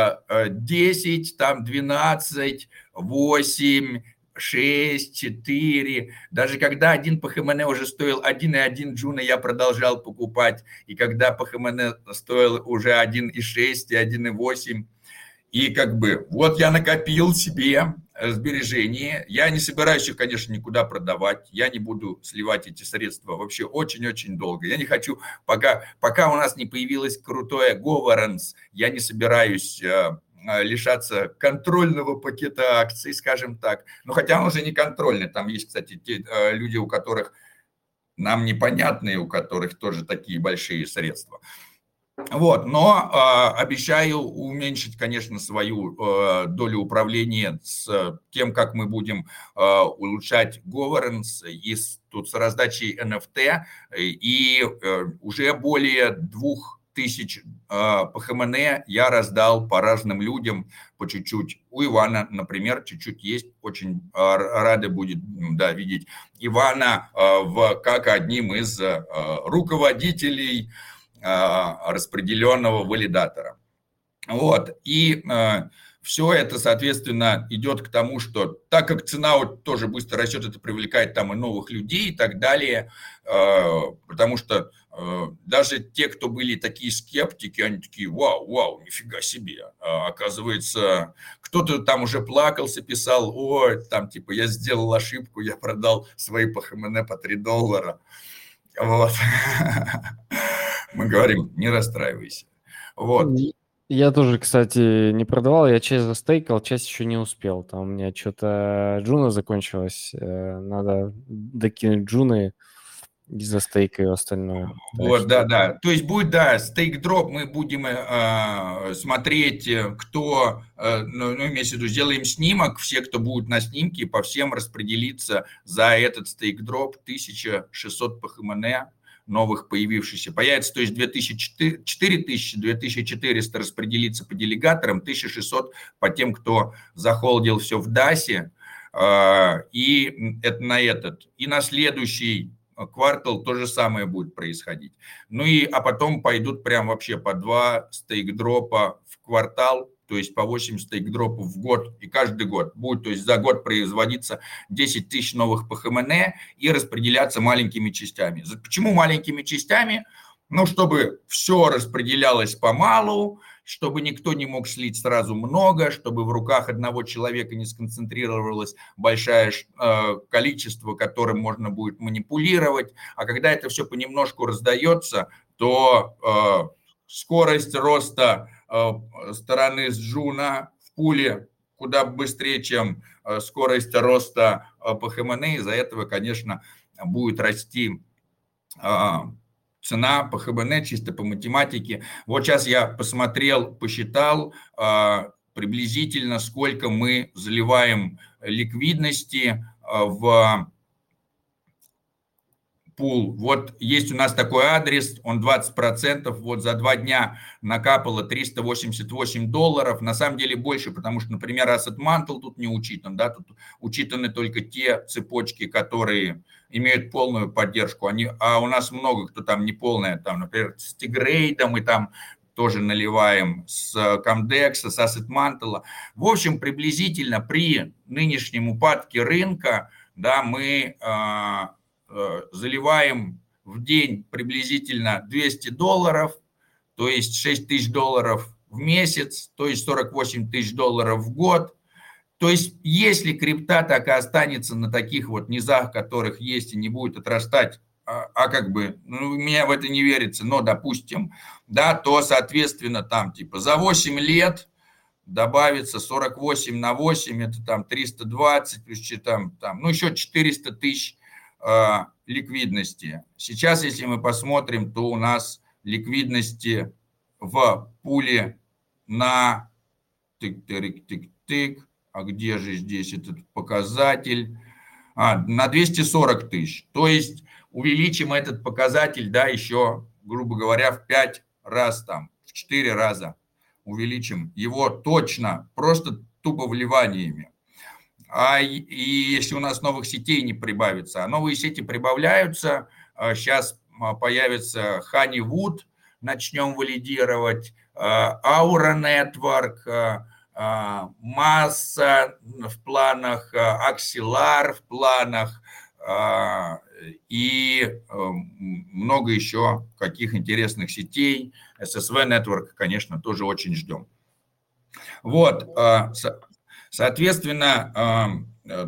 10, там 12, 8, 6, 4. Даже когда один ПХМН уже стоил 1,1 джуна, я продолжал покупать. И когда ПХМН стоил уже 1,6 и 1,8, и как бы вот я накопил себе сбережения. Я не собираюсь их, конечно, никуда продавать. Я не буду сливать эти средства вообще очень-очень долго. Я не хочу, пока у нас не появилось крутое governance, я не собираюсь лишаться контрольного пакета акций, скажем так. Ну, хотя он уже не контрольный. Там есть, кстати, те люди, у которых нам непонятные, у которых тоже такие большие средства. Вот, но обещаю уменьшить, конечно, свою долю управления с тем, как мы будем улучшать governance и тут с раздачей NFT, и уже более 2000 ПХМН я раздал по разным людям по чуть-чуть. У Ивана, например, чуть-чуть есть, очень рады будет видеть Ивана как одним из руководителей распределенного валидатора. Вот. И все это, соответственно, идет к тому, что так как цена вот тоже быстро растет, это привлекает там и новых людей и так далее, потому что даже те, кто были такие скептики, они такие, вау, нифига себе. Оказывается, кто-то там уже плакался, писал, там типа я сделал ошибку, я продал свои ПХМН по $3. Вот. Мы говорим, не расстраивайся. Вот. Я тоже, кстати, не продавал, я часть застейкал, часть еще не успел. Там у меня что-то джуна закончилась, надо докинуть джуны и застейкаю остальное. Вот, да. То есть будет, стейк-дроп, мы будем смотреть, кто, имеется в виду, сделаем снимок, все, кто будет на снимке, по всем распределиться за этот стейк-дроп 1600 ПХМН новых появившихся появится, то есть 4000, 2400 распределится по делегаторам, 1600 по тем, кто захолдил все в DAS, и это на этот, и на следующий квартал то же самое будет происходить. Ну и, а потом пойдут прям вообще по 2 стейк-дропа в квартал, то есть по 8 стейк-дропов в год, и каждый год будет, то есть за год производиться 10 тысяч новых ПХМН и распределяться маленькими частями. Почему маленькими частями? Ну, чтобы все распределялось помалу, чтобы никто не мог слить сразу много, чтобы в руках одного человека не сконцентрировалось большое количество, которым можно будет манипулировать. А когда это все понемножку раздается, то скорость роста стороны с джуна в пуле куда быстрее, чем скорость роста ПХМН. Из-за этого, конечно, будет расти цена ПХМН чисто по математике. Вот сейчас я посмотрел, посчитал приблизительно, сколько мы заливаем ликвидности в пул. Вот есть у нас такой адрес, он 20%, вот за 2 дня накапало $388. На самом деле больше, потому что, например, Asset Mantle тут не учитан, да, тут учитаны только те цепочки, которые имеют полную поддержку, а у нас много кто там не полная, там, например, с Tigray мы там тоже наливаем, с Comdex, с Asset Mantle. В общем, приблизительно при нынешнем упадке рынка, да, мы заливаем в день приблизительно $200, то есть $6000 в месяц, то есть $48 тысяч в год. То есть если крипта так и останется на таких вот низах, которых есть, и не будет отрастать, как бы, мне в это не верится, но допустим, да, то, соответственно, там типа за 8 лет добавится 48 на 8, это там 320, плюс там, ну еще 400 тысяч ликвидности. Сейчас, если мы посмотрим, то у нас ликвидности в пуле на тык-тык-тык-тык, а где же здесь этот показатель? На 240 тысяч. То есть увеличим этот показатель, да, еще, грубо говоря, в 5 раз, там, в 4 раза. увеличим его точно, просто тупо вливаниями. И если у нас новых сетей не прибавится, а новые сети прибавляются, сейчас появится Honeywood, начнем валидировать, Aura Network, Масса в планах, Axelar в планах и много еще каких интересных сетей. SSV Network, конечно, тоже очень ждем. Вот, соответственно,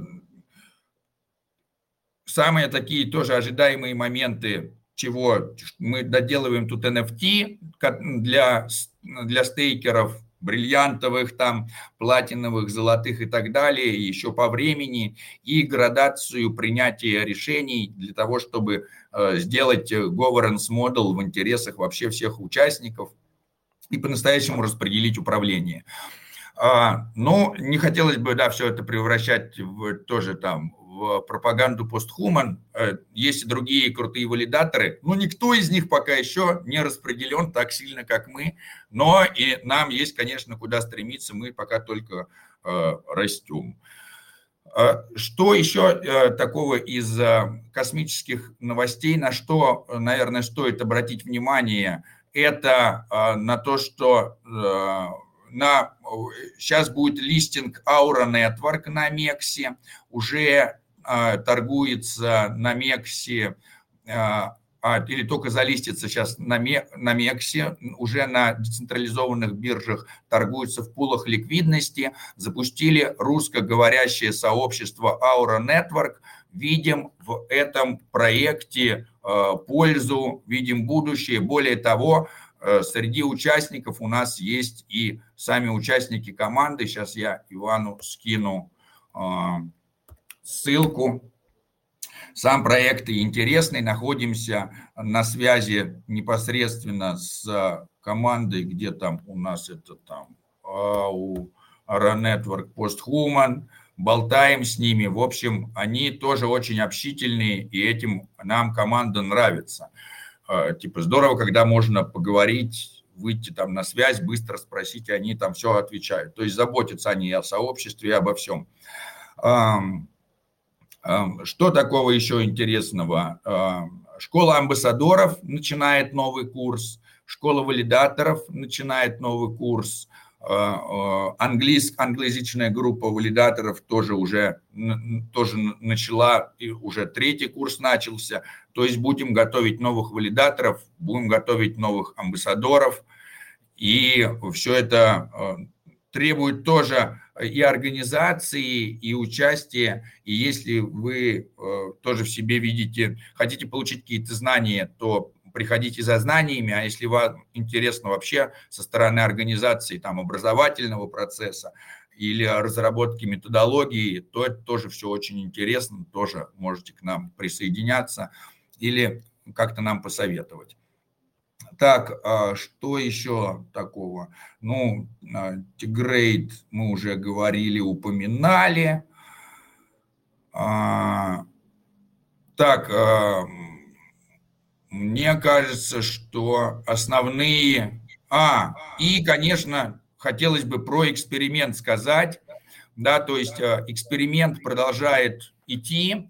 самые такие тоже ожидаемые моменты, чего мы доделываем тут NFT для стейкеров, бриллиантовых, там, платиновых, золотых и так далее, еще по времени, и градацию принятия решений для того, чтобы сделать governance model в интересах вообще всех участников и по-настоящему распределить управление. Но не хотелось бы, да, все это превращать тоже там в пропаганду постхуман. Есть и другие крутые валидаторы, но никто из них пока еще не распределен так сильно, как мы. Но и нам есть, конечно, куда стремиться, мы пока только растем. Что еще такого из космических новостей, на что, наверное, стоит обратить внимание, это на то, что сейчас будет листинг Aura Network на Мексе, уже торгуется на Мексе, или только залистится сейчас на Мексе, уже на децентрализованных биржах торгуются в пулах ликвидности, запустили русскоговорящее сообщество Aura Network, видим в этом проекте пользу, видим будущее, более того, среди участников у нас есть и сами участники команды. Сейчас я Ивану скину ссылку. Сам проект интересный. Находимся на связи непосредственно с командой, где там у нас это там Aura Network Posthuman. Болтаем с ними. В общем, они тоже очень общительные, и этим нам команда нравится. Типа здорово, когда можно поговорить, выйти там на связь, быстро спросить, и они там все отвечают. То есть заботятся они о сообществе, и обо всем. Что такого еще интересного? Школа амбассадоров начинает новый курс, школа валидаторов начинает новый курс, англоязычная группа валидаторов тоже начала, и уже третий курс начался. То есть будем готовить новых валидаторов, будем готовить новых амбассадоров, и все это требует тоже и организации, и участия. И если вы тоже в себе видите, хотите получить какие-то знания, то приходите за знаниями, а если вам интересно вообще со стороны организации там, образовательного процесса или разработки методологии, то это тоже все очень интересно, тоже можете к нам присоединяться или как-то нам посоветовать. Так, что еще такого? Ну, T-Grade мы уже говорили, упоминали. Так, мне кажется, что основные... И, конечно, хотелось бы про эксперимент сказать. Да, то есть эксперимент продолжает идти.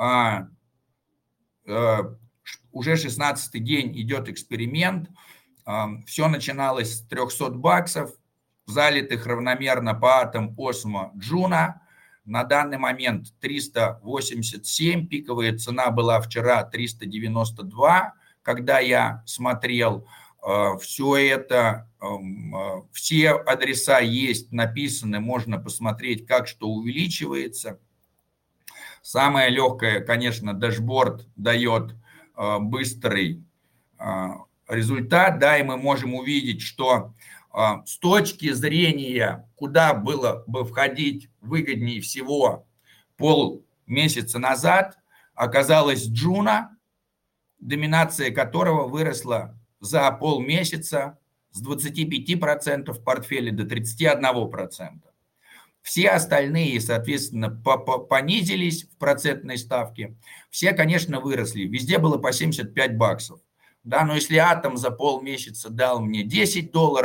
Уже 16-й день идет эксперимент. Все начиналось с $300, залитых равномерно по атом Осмо Джуна. На данный момент 387, пиковая цена была вчера 392, когда я смотрел. Все это, все адреса есть, написаны, можно посмотреть, как что увеличивается. Самое легкое, конечно, дашборд дает быстрый результат, да, и мы можем увидеть, что с точки зрения, куда было бы входить выгоднее всего полмесяца назад, оказалась Джуна, доминация которого выросла за полмесяца с 25% портфеля до 31%. Все остальные, соответственно, понизились в процентной ставке. Все, конечно, выросли. Везде было по $75. Да, но если атом за полмесяца дал мне $10,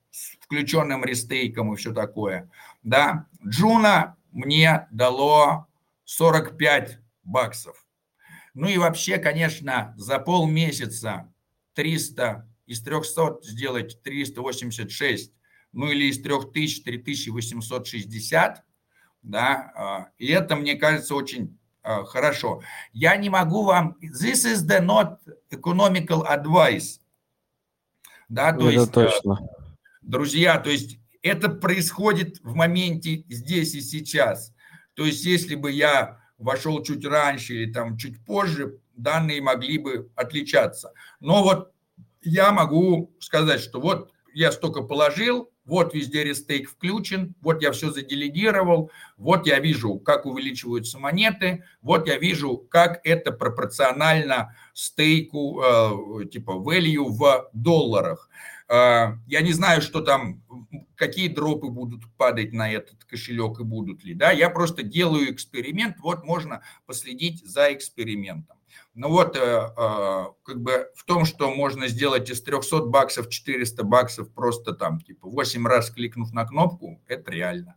с включенным рестейком и все такое. Да, Джуна мне дало 45 баксов. Ну и вообще, конечно, за полмесяца 300 из 300 сделать 386, ну или из 3000 3860, да, и это, мне кажется, очень хорошо. Я не могу вам... This is the not economical advice. Да, то Это есть, точно. друзья, то есть это происходит в моменте здесь и сейчас. То есть если бы я вошел чуть раньше или там чуть позже, данные могли бы отличаться. Но вот я могу сказать, что вот я столько положил, вот везде рестейк включен, вот я все заделегировал, вот я вижу, как увеличиваются монеты, вот я вижу, как это пропорционально стейку, типа value в долларах. Я не знаю, что там, какие дропы будут падать на этот кошелек и будут ли. Да? Я просто делаю эксперимент, вот можно последить за экспериментом. Ну вот, как бы в том, что можно сделать из 300 баксов 400 баксов просто там, типа 8 раз кликнув на кнопку, это реально.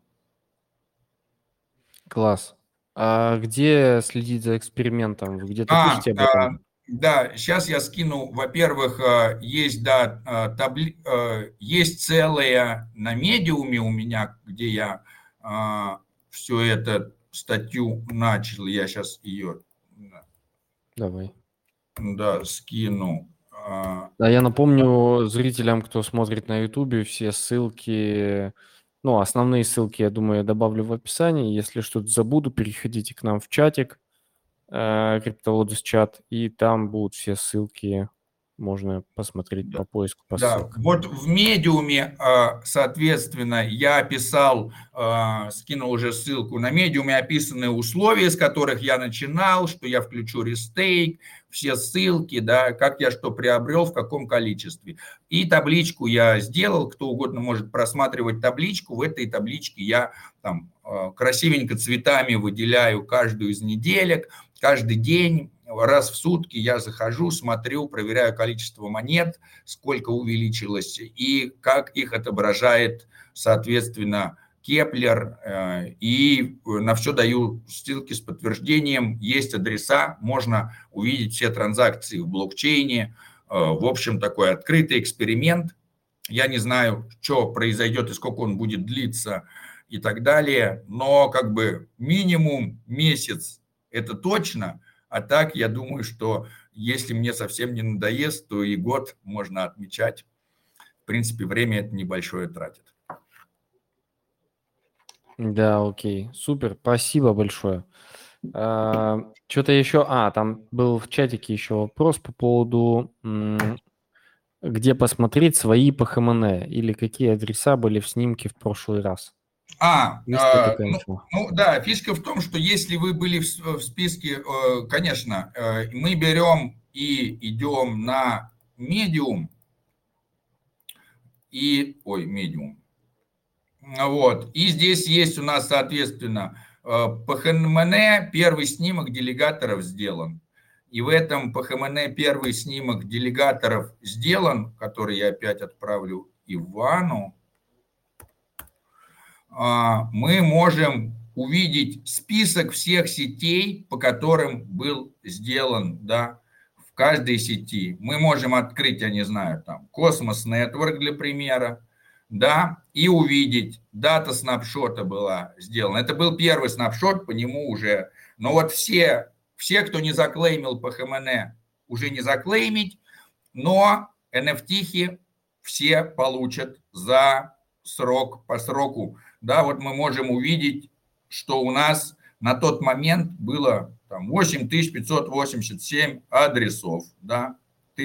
Класс. А где следить за экспериментом? Вы где-то пишете об этом? Да, сейчас я скину. Во-первых, есть, да, есть целая на медиуме у меня, где я все это статью начал. Я сейчас ее, Давай. да, скину. Да, я напомню зрителям, кто смотрит на YouTube, все ссылки, ну, основные ссылки, я думаю, я добавлю в описании. Если что-то забуду, переходите к нам в чатик, CryptoLotus чат, и там будут все ссылки, можно посмотреть по поиску, по Да, ссылкам. вот в медиуме, соответственно, я описал, скинул уже ссылку, на медиуме описаны условия, с которых я начинал, что я включу рестейк, все ссылки, да, как я что приобрел, в каком количестве. И табличку я сделал, кто угодно может просматривать табличку, в этой табличке я там красивенько цветами выделяю каждую из неделек, каждый день, раз в сутки я захожу, смотрю, проверяю количество монет, сколько увеличилось и как их отображает, соответственно, Кеплер. И на все даю ссылки с подтверждением. Есть адреса, можно увидеть все транзакции в блокчейне. В общем, такой открытый эксперимент. Я не знаю, что произойдет и сколько он будет длиться и так далее, но как бы минимум месяц это точно. А так, я думаю, что если мне совсем не надоест, то и год можно отмечать. В принципе, время это небольшое тратит. Да, окей, супер, спасибо большое. Что-то еще, там был в чатике еще вопрос по поводу, где посмотреть свои по ХМН или какие адреса были в снимке в прошлый раз. Есть ли такая инфа? Ну да, фишка в том, что если вы были в списке, конечно, мы берем и идем на Medium, Medium. Вот, и здесь есть у нас, соответственно, по ХМН первый снимок делегаторов сделан. И в этом по ХМН первый снимок делегаторов сделан, который я опять отправлю Ивану. Мы можем увидеть список всех сетей, по которым был сделан, да, в каждой сети. Мы можем открыть, я не знаю, там, Cosmos Network для примера, да, и увидеть, дата снапшота была сделана. Это был первый снапшот, по нему уже, но вот все, кто не заклеймил по ХМН, уже не заклеймить, но NFT-хи все получат за срок, по сроку. Да, вот мы можем увидеть, что у нас на тот момент было там 8587 адресов, да,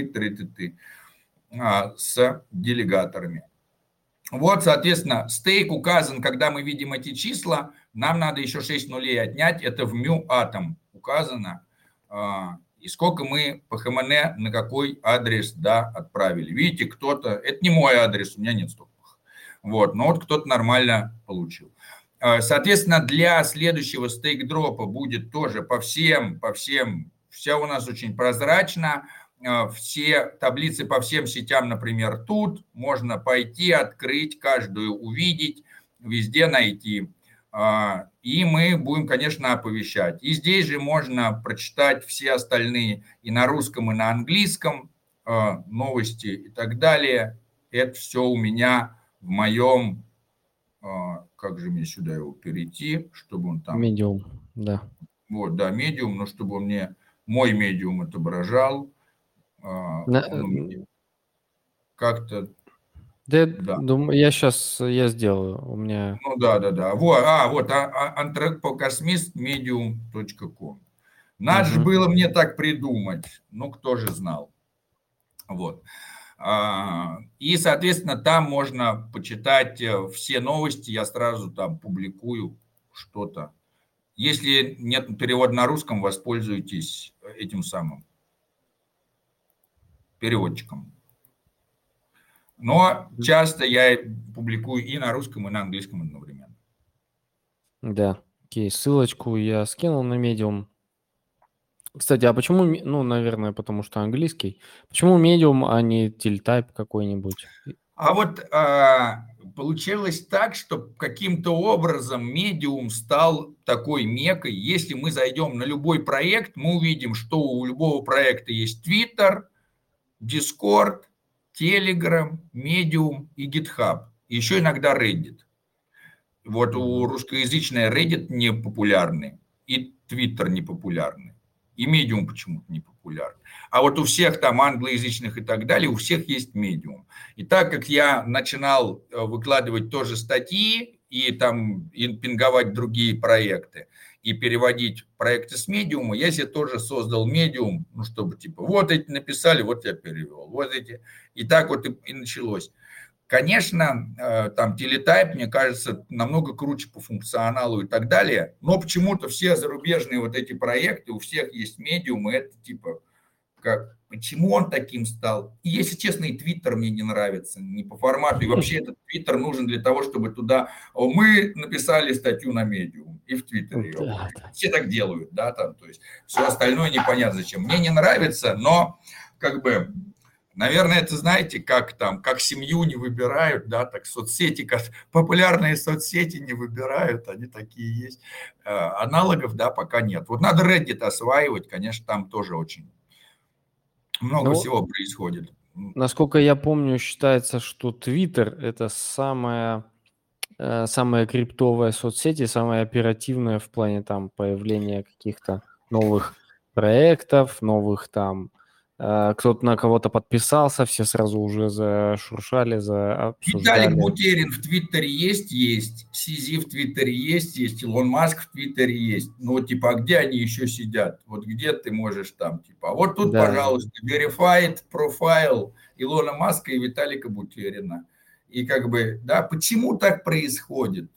с делегаторами. Вот, соответственно, стейк указан, когда мы видим эти числа, нам надо еще 6 нулей отнять, это в μAtom указано, и сколько мы по ХМН на какой адрес, да, отправили. Видите, кто-то, это не мой адрес, у меня нет столько. Вот, но вот кто-то нормально получил. Соответственно, для следующего стейк-дропа будет тоже по всем, все у нас очень прозрачно. все таблицы по всем сетям, например, тут. Можно пойти, открыть каждую, увидеть, везде найти. И мы будем, конечно, оповещать. И здесь же можно прочитать все остальные и на русском, и на английском новости и так далее. Это все у меня в моем... Как же мне сюда его перейти, чтобы он там... Medium, да. Вот, да, медиум, но чтобы он мне мой медиум отображал. Он у меня как-то... Да. Думаю, я сделаю. У меня... Ну да. Вот, anthropocosmistmedium.com. Надо же было мне так придумать. Ну, кто же знал. Вот. И, соответственно, там можно почитать все новости. Я сразу там публикую что-то. Если нет перевода на русском, воспользуйтесь этим самым переводчиком. Но часто я публикую и на русском, и на английском одновременно. Да, окей, ссылочку я скинул на Medium. Кстати, а почему, ну, наверное, потому что английский. Почему Medium, а не Teletype какой-нибудь? А вот получилось так, что каким-то образом Medium стал такой мекой. Если мы зайдем на любой проект, мы увидим, что у любого проекта есть Twitter, Discord, Telegram, Medium и GitHub. И еще иногда Reddit. Вот у русскоязычной Reddit не популярный, и Twitter не популярный, и Medium почему-то не популярный. А вот у всех там англоязычных и так далее, у всех есть Medium. И так как я начинал выкладывать тоже статьи и там и пинговать другие проекты, и переводить проекты с Medium, я себе тоже создал Medium, ну, чтобы типа вот эти написали, вот я перевел, вот эти. И так вот и началось. Конечно, там Teletype, мне кажется, намного круче по функционалу и так далее, но почему-то все зарубежные вот эти проекты, у всех есть Medium, и это типа, почему он таким стал? И, если честно, и Twitter мне не нравится, не по формату, и вообще этот Twitter нужен для того, чтобы туда... Мы написали статью на Medium, и в Твиттере ее. Да. Все так делают, да, там, то есть все остальное непонятно зачем. Мне не нравится, но как бы... Наверное, это знаете, как там, как семью не выбирают, да, так соцсети, как популярные соцсети не выбирают, они такие есть. Аналогов, да, пока нет. Вот надо Reddit осваивать, конечно, там тоже очень много всего происходит. Насколько я помню, считается, что Twitter – это самая криптовая соцсеть и самая оперативная в плане там появления каких-то новых проектов, новых там кто-то на кого-то подписался, все сразу уже зашуршали, обсуждали. Виталик Бутерин в Твиттере есть, Сизи в Твиттере есть, Илон Маск в Твиттере есть. Ну, типа, а где они еще сидят? Вот где ты можешь там, типа, а вот тут, да, пожалуйста, verified профайл Илона Маска и Виталика Бутерина. И как бы, да, почему так происходит?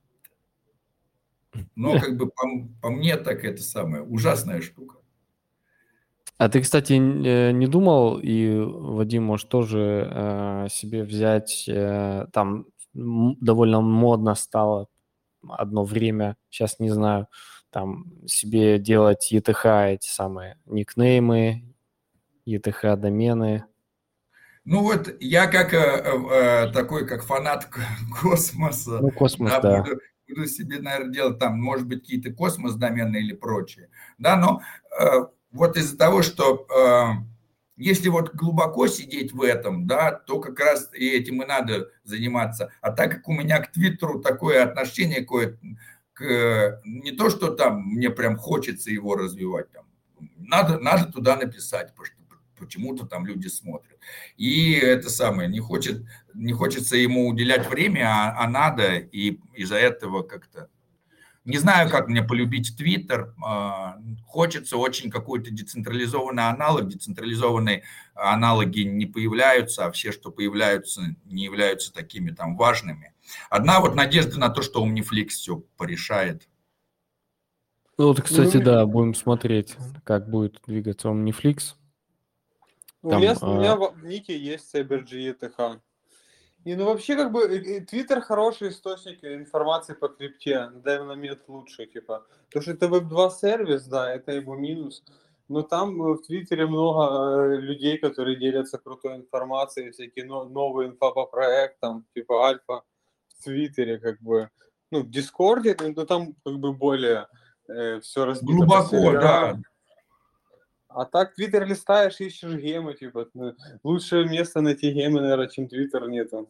Но как бы по мне так это самая ужасная штука. А ты, кстати, не думал, и Вадим, может, тоже себе взять, там довольно модно стало одно время, сейчас не знаю, там себе делать ETH, эти самые никнеймы, ETH-домены? Ну вот я как такой, как фанат космоса, Ну, космос, да. Буду себе, наверное, делать там, может быть, какие-то космос-домены или прочее. Да, но вот из-за того, что если вот глубоко сидеть в этом, да, то как раз и этим и надо заниматься. А так как у меня к Твиттеру такое отношение не то, что там мне прям хочется его развивать, там, надо туда написать, потому что почему-то там люди смотрят. И это самое, не хочется ему уделять время, а надо, и из-за этого как-то... Не знаю, как мне полюбить Твиттер. Хочется очень какой-то децентрализованный аналог. Децентрализованные аналоги не появляются, а все, что появляются, не являются такими там важными. Одна вот надежда на то, что Omniflix все порешает. Ну вот, кстати, да, будем смотреть, как будет двигаться Omniflix. У меня в нике есть CyberGETH. И ну вообще как бы Twitter хороший источник информации по крипте, на данный момент лучше, типа. То, что это Web2 сервис, да, это его минус. Но там в Твиттере много людей, которые делятся крутой информацией, всякие новые инфа по проектам, типа Альфа в Твиттере, как бы. Ну, в Дискорде, но там как бы более все разбито по Глубоко, да. серверам. А так Твиттер листаешь, ищешь гемы, типа, лучшее место найти гемы, наверное, чем Твиттер нету.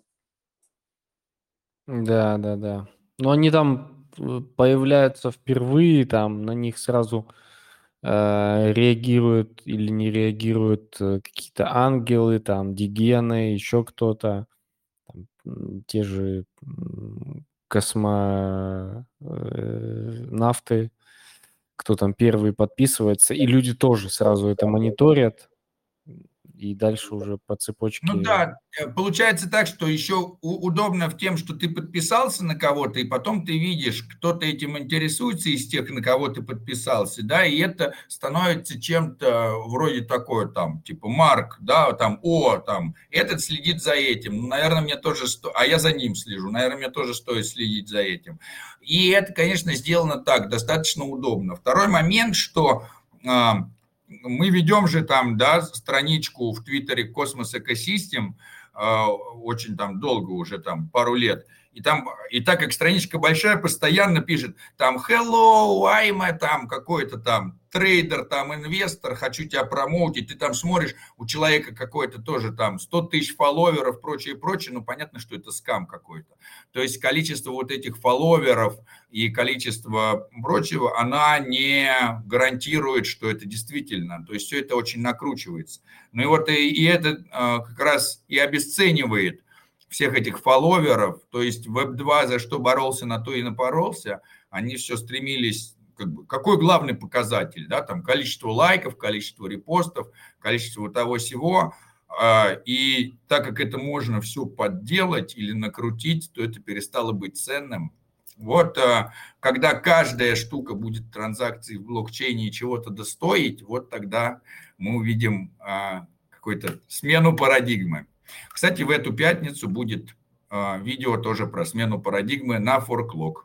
Да, да, да. Но они там появляются впервые, там на них сразу реагируют или не реагируют какие-то ангелы, там дигены, еще кто-то, там, те же космонавты, кто там первый подписывается, и люди тоже сразу это мониторят, и дальше уже по Ну цепочке. да, получается так, что еще удобно в тем, что ты подписался на кого-то, и потом ты видишь, кто-то этим интересуется из тех, на кого ты подписался, да, и это становится чем-то вроде такое, там, типа Марк, да, там, там, этот следит за этим, ну, наверное, мне тоже, а я за ним слежу, наверное, мне тоже стоит следить за этим. И это, конечно, сделано так, достаточно удобно. Второй момент, что мы ведем же там, да, страничку в Твиттере Космос Экосистем, очень там долго уже, там пару лет. И там, и так как страничка большая, постоянно пишет там hello, I'm там какой-то там трейдер, там инвестор, хочу тебя промоутить. Ты там смотришь, у человека какой-то тоже там 100 тысяч фолловеров, прочее, прочее. Ну, понятно, что это скам какой-то. То есть количество вот этих фолловеров и количество прочего, она не гарантирует, что это действительно. То есть все это очень накручивается. Ну и вот и это как раз и обесценивает всех этих фолловеров. То есть Web2 за что боролся, на то и напоролся. Они все стремились, как бы, какой главный показатель, да, там количество лайков, количество репостов, количество того всего. И так как это можно все подделать или накрутить, то это перестало быть ценным. Вот когда каждая штука будет транзакцией в блокчейне и чего-то достоить, вот тогда мы увидим какую-то смену парадигмы. Кстати, в эту пятницу будет видео тоже про смену парадигмы на ForkLog.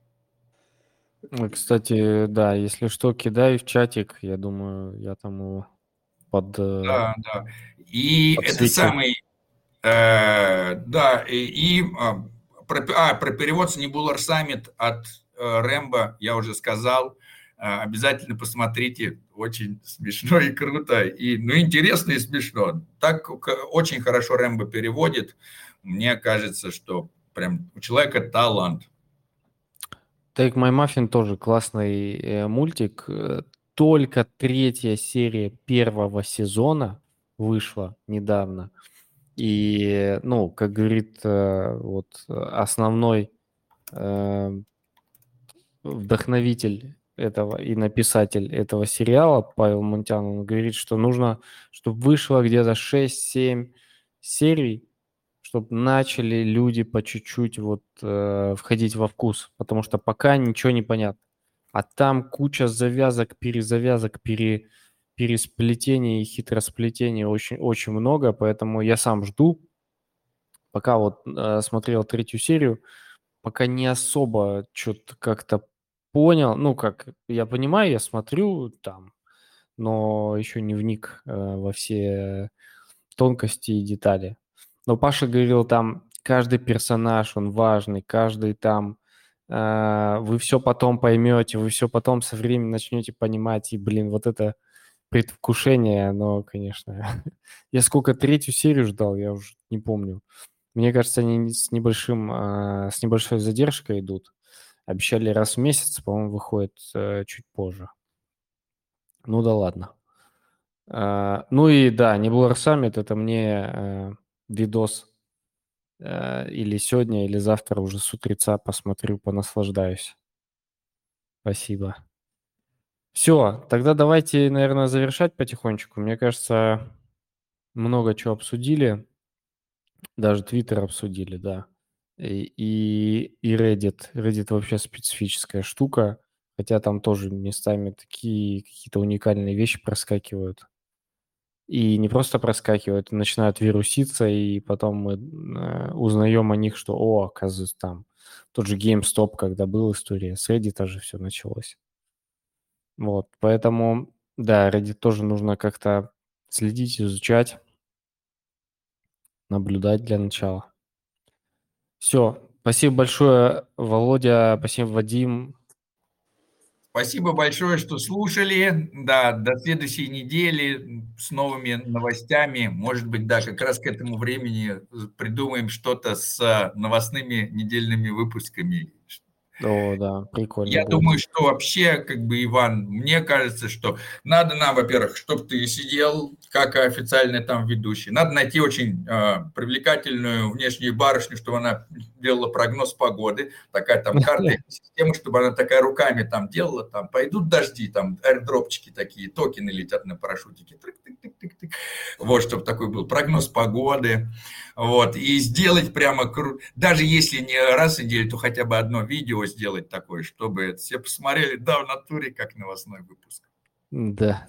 Кстати, да, если что, кидай в чатик, я думаю, я там его Да, да. И это подсвечу. самый, да, про перевод с Nebular Summit от Рэмбо я уже сказал. Обязательно посмотрите, очень смешно и круто, и, ну, интересно и смешно. Так очень хорошо Рэмбо переводит. Мне кажется, что прям у человека талант. Take My Muffin тоже классный мультик. Только 3-я серия первого сезона вышла недавно. И, ну, как говорит вот основной вдохновитель этого и написатель этого сериала Павел Мунтян, он говорит, что нужно, чтобы вышло где-то 6-7 серий, чтобы начали люди по чуть-чуть вот входить во вкус, потому что пока ничего не понятно. А там куча завязок, перезавязок, пересплетений и хитросплетений очень, очень много, поэтому я сам жду, пока вот смотрел 3-ю серию, пока не особо что-то как-то понял. Ну, как, я понимаю, я смотрю там, но еще не вник во все тонкости и детали. Но Паша говорил, там каждый персонаж, он важный, каждый там, вы все потом поймете, вы все потом со временем начнете понимать, и, блин, вот это предвкушение, оно, конечно... Я сколько 3-ю серию ждал, я уже не помню. Мне кажется, они с небольшой задержкой идут. Обещали раз в месяц, по-моему, выходит чуть позже. Ну да ладно. Ну и да, Nebular Summit — это мне видос или сегодня, или завтра уже с утреца посмотрю, понаслаждаюсь. Спасибо. Все, тогда давайте, наверное, завершать потихонечку. Мне кажется, много чего обсудили. Даже Twitter обсудили, да. И Reddit. Reddit вообще специфическая штука, хотя там тоже местами такие какие-то уникальные вещи проскакивают. И не просто проскакивают, а начинают вируситься, и потом мы узнаем о них, что, оказывается, там тот же GameStop, когда была история, с Reddit же все началось. Вот, поэтому Да, Reddit тоже нужно как-то следить, изучать, наблюдать для начала. Все, спасибо большое, Володя, спасибо, Вадим. Спасибо большое, что слушали. Да, до следующей недели с новыми новостями. Может быть, да, как раз к этому времени придумаем что-то с новостными недельными выпусками. О, да, прикольно Я будет. думаю, что вообще, как бы, Иван, мне кажется, что надо нам, во-первых, чтобы ты сидел как официальный там ведущий. Надо найти очень привлекательную внешнюю барышню, чтобы она делала прогноз погоды. Такая там карта, система, чтобы она такая руками там делала. Там пойдут дожди, там аирдропчики такие, токены летят на парашютике. Тык-тык-тык-тык-тык. Вот, чтобы такой был прогноз погоды. Вот, и сделать прямо круто. Даже если не раз в неделю, то хотя бы одно видео сделать такое, чтобы все посмотрели, да, в натуре, как новостной выпуск. Да.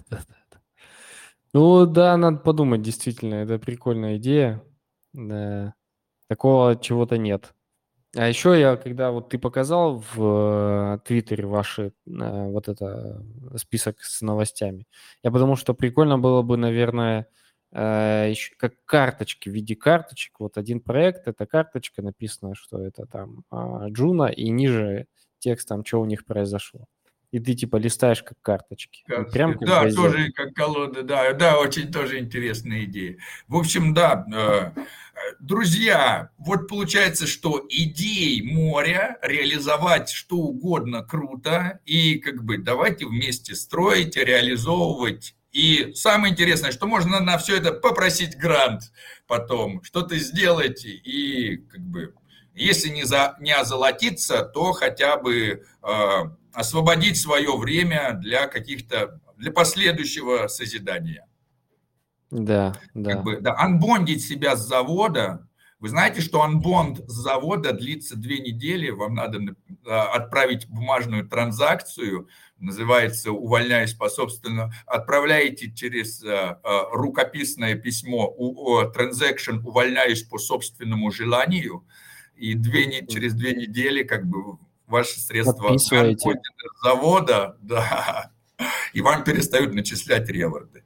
Ну да, надо подумать, действительно, это прикольная идея. Да. Такого чего-то нет. А еще я, когда вот ты показал в Твиттере ваши вот это список с новостями, я подумал, что прикольно было бы, наверное, еще как карточки, в виде карточек. Вот один проект, это карточка, написано, что это там Джуна, и ниже текст там, что у них произошло. И ты типа листаешь как карточки. И прям как Да, газета. тоже как колода, да, очень тоже интересная идея. В общем, да, друзья, вот получается, что идей моря, реализовать что угодно круто, и как бы давайте вместе строить, реализовывать. И самое интересное, что можно на все это попросить грант потом, что-то сделать, и как бы, если не озолотиться, то хотя бы освободить свое время для каких-то, для последующего созидания. Да. Как бы, да, анбондить себя с завода. Вы знаете, что анбонд с завода длится 2 недели, вам надо отправить бумажную транзакцию, называется «увольняюсь по собственному», отправляете через рукописное письмо transaction «увольняюсь по собственному желанию», и через 2 недели как бы ваши средства Подписываете. с завода, да, и вам перестают начислять реворды.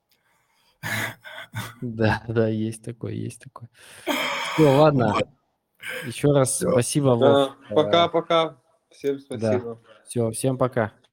Да, есть такое. Все, ладно. Вот. Еще раз Всё. спасибо, Вов. Пока-пока. Всем Да. спасибо. Все, всем пока.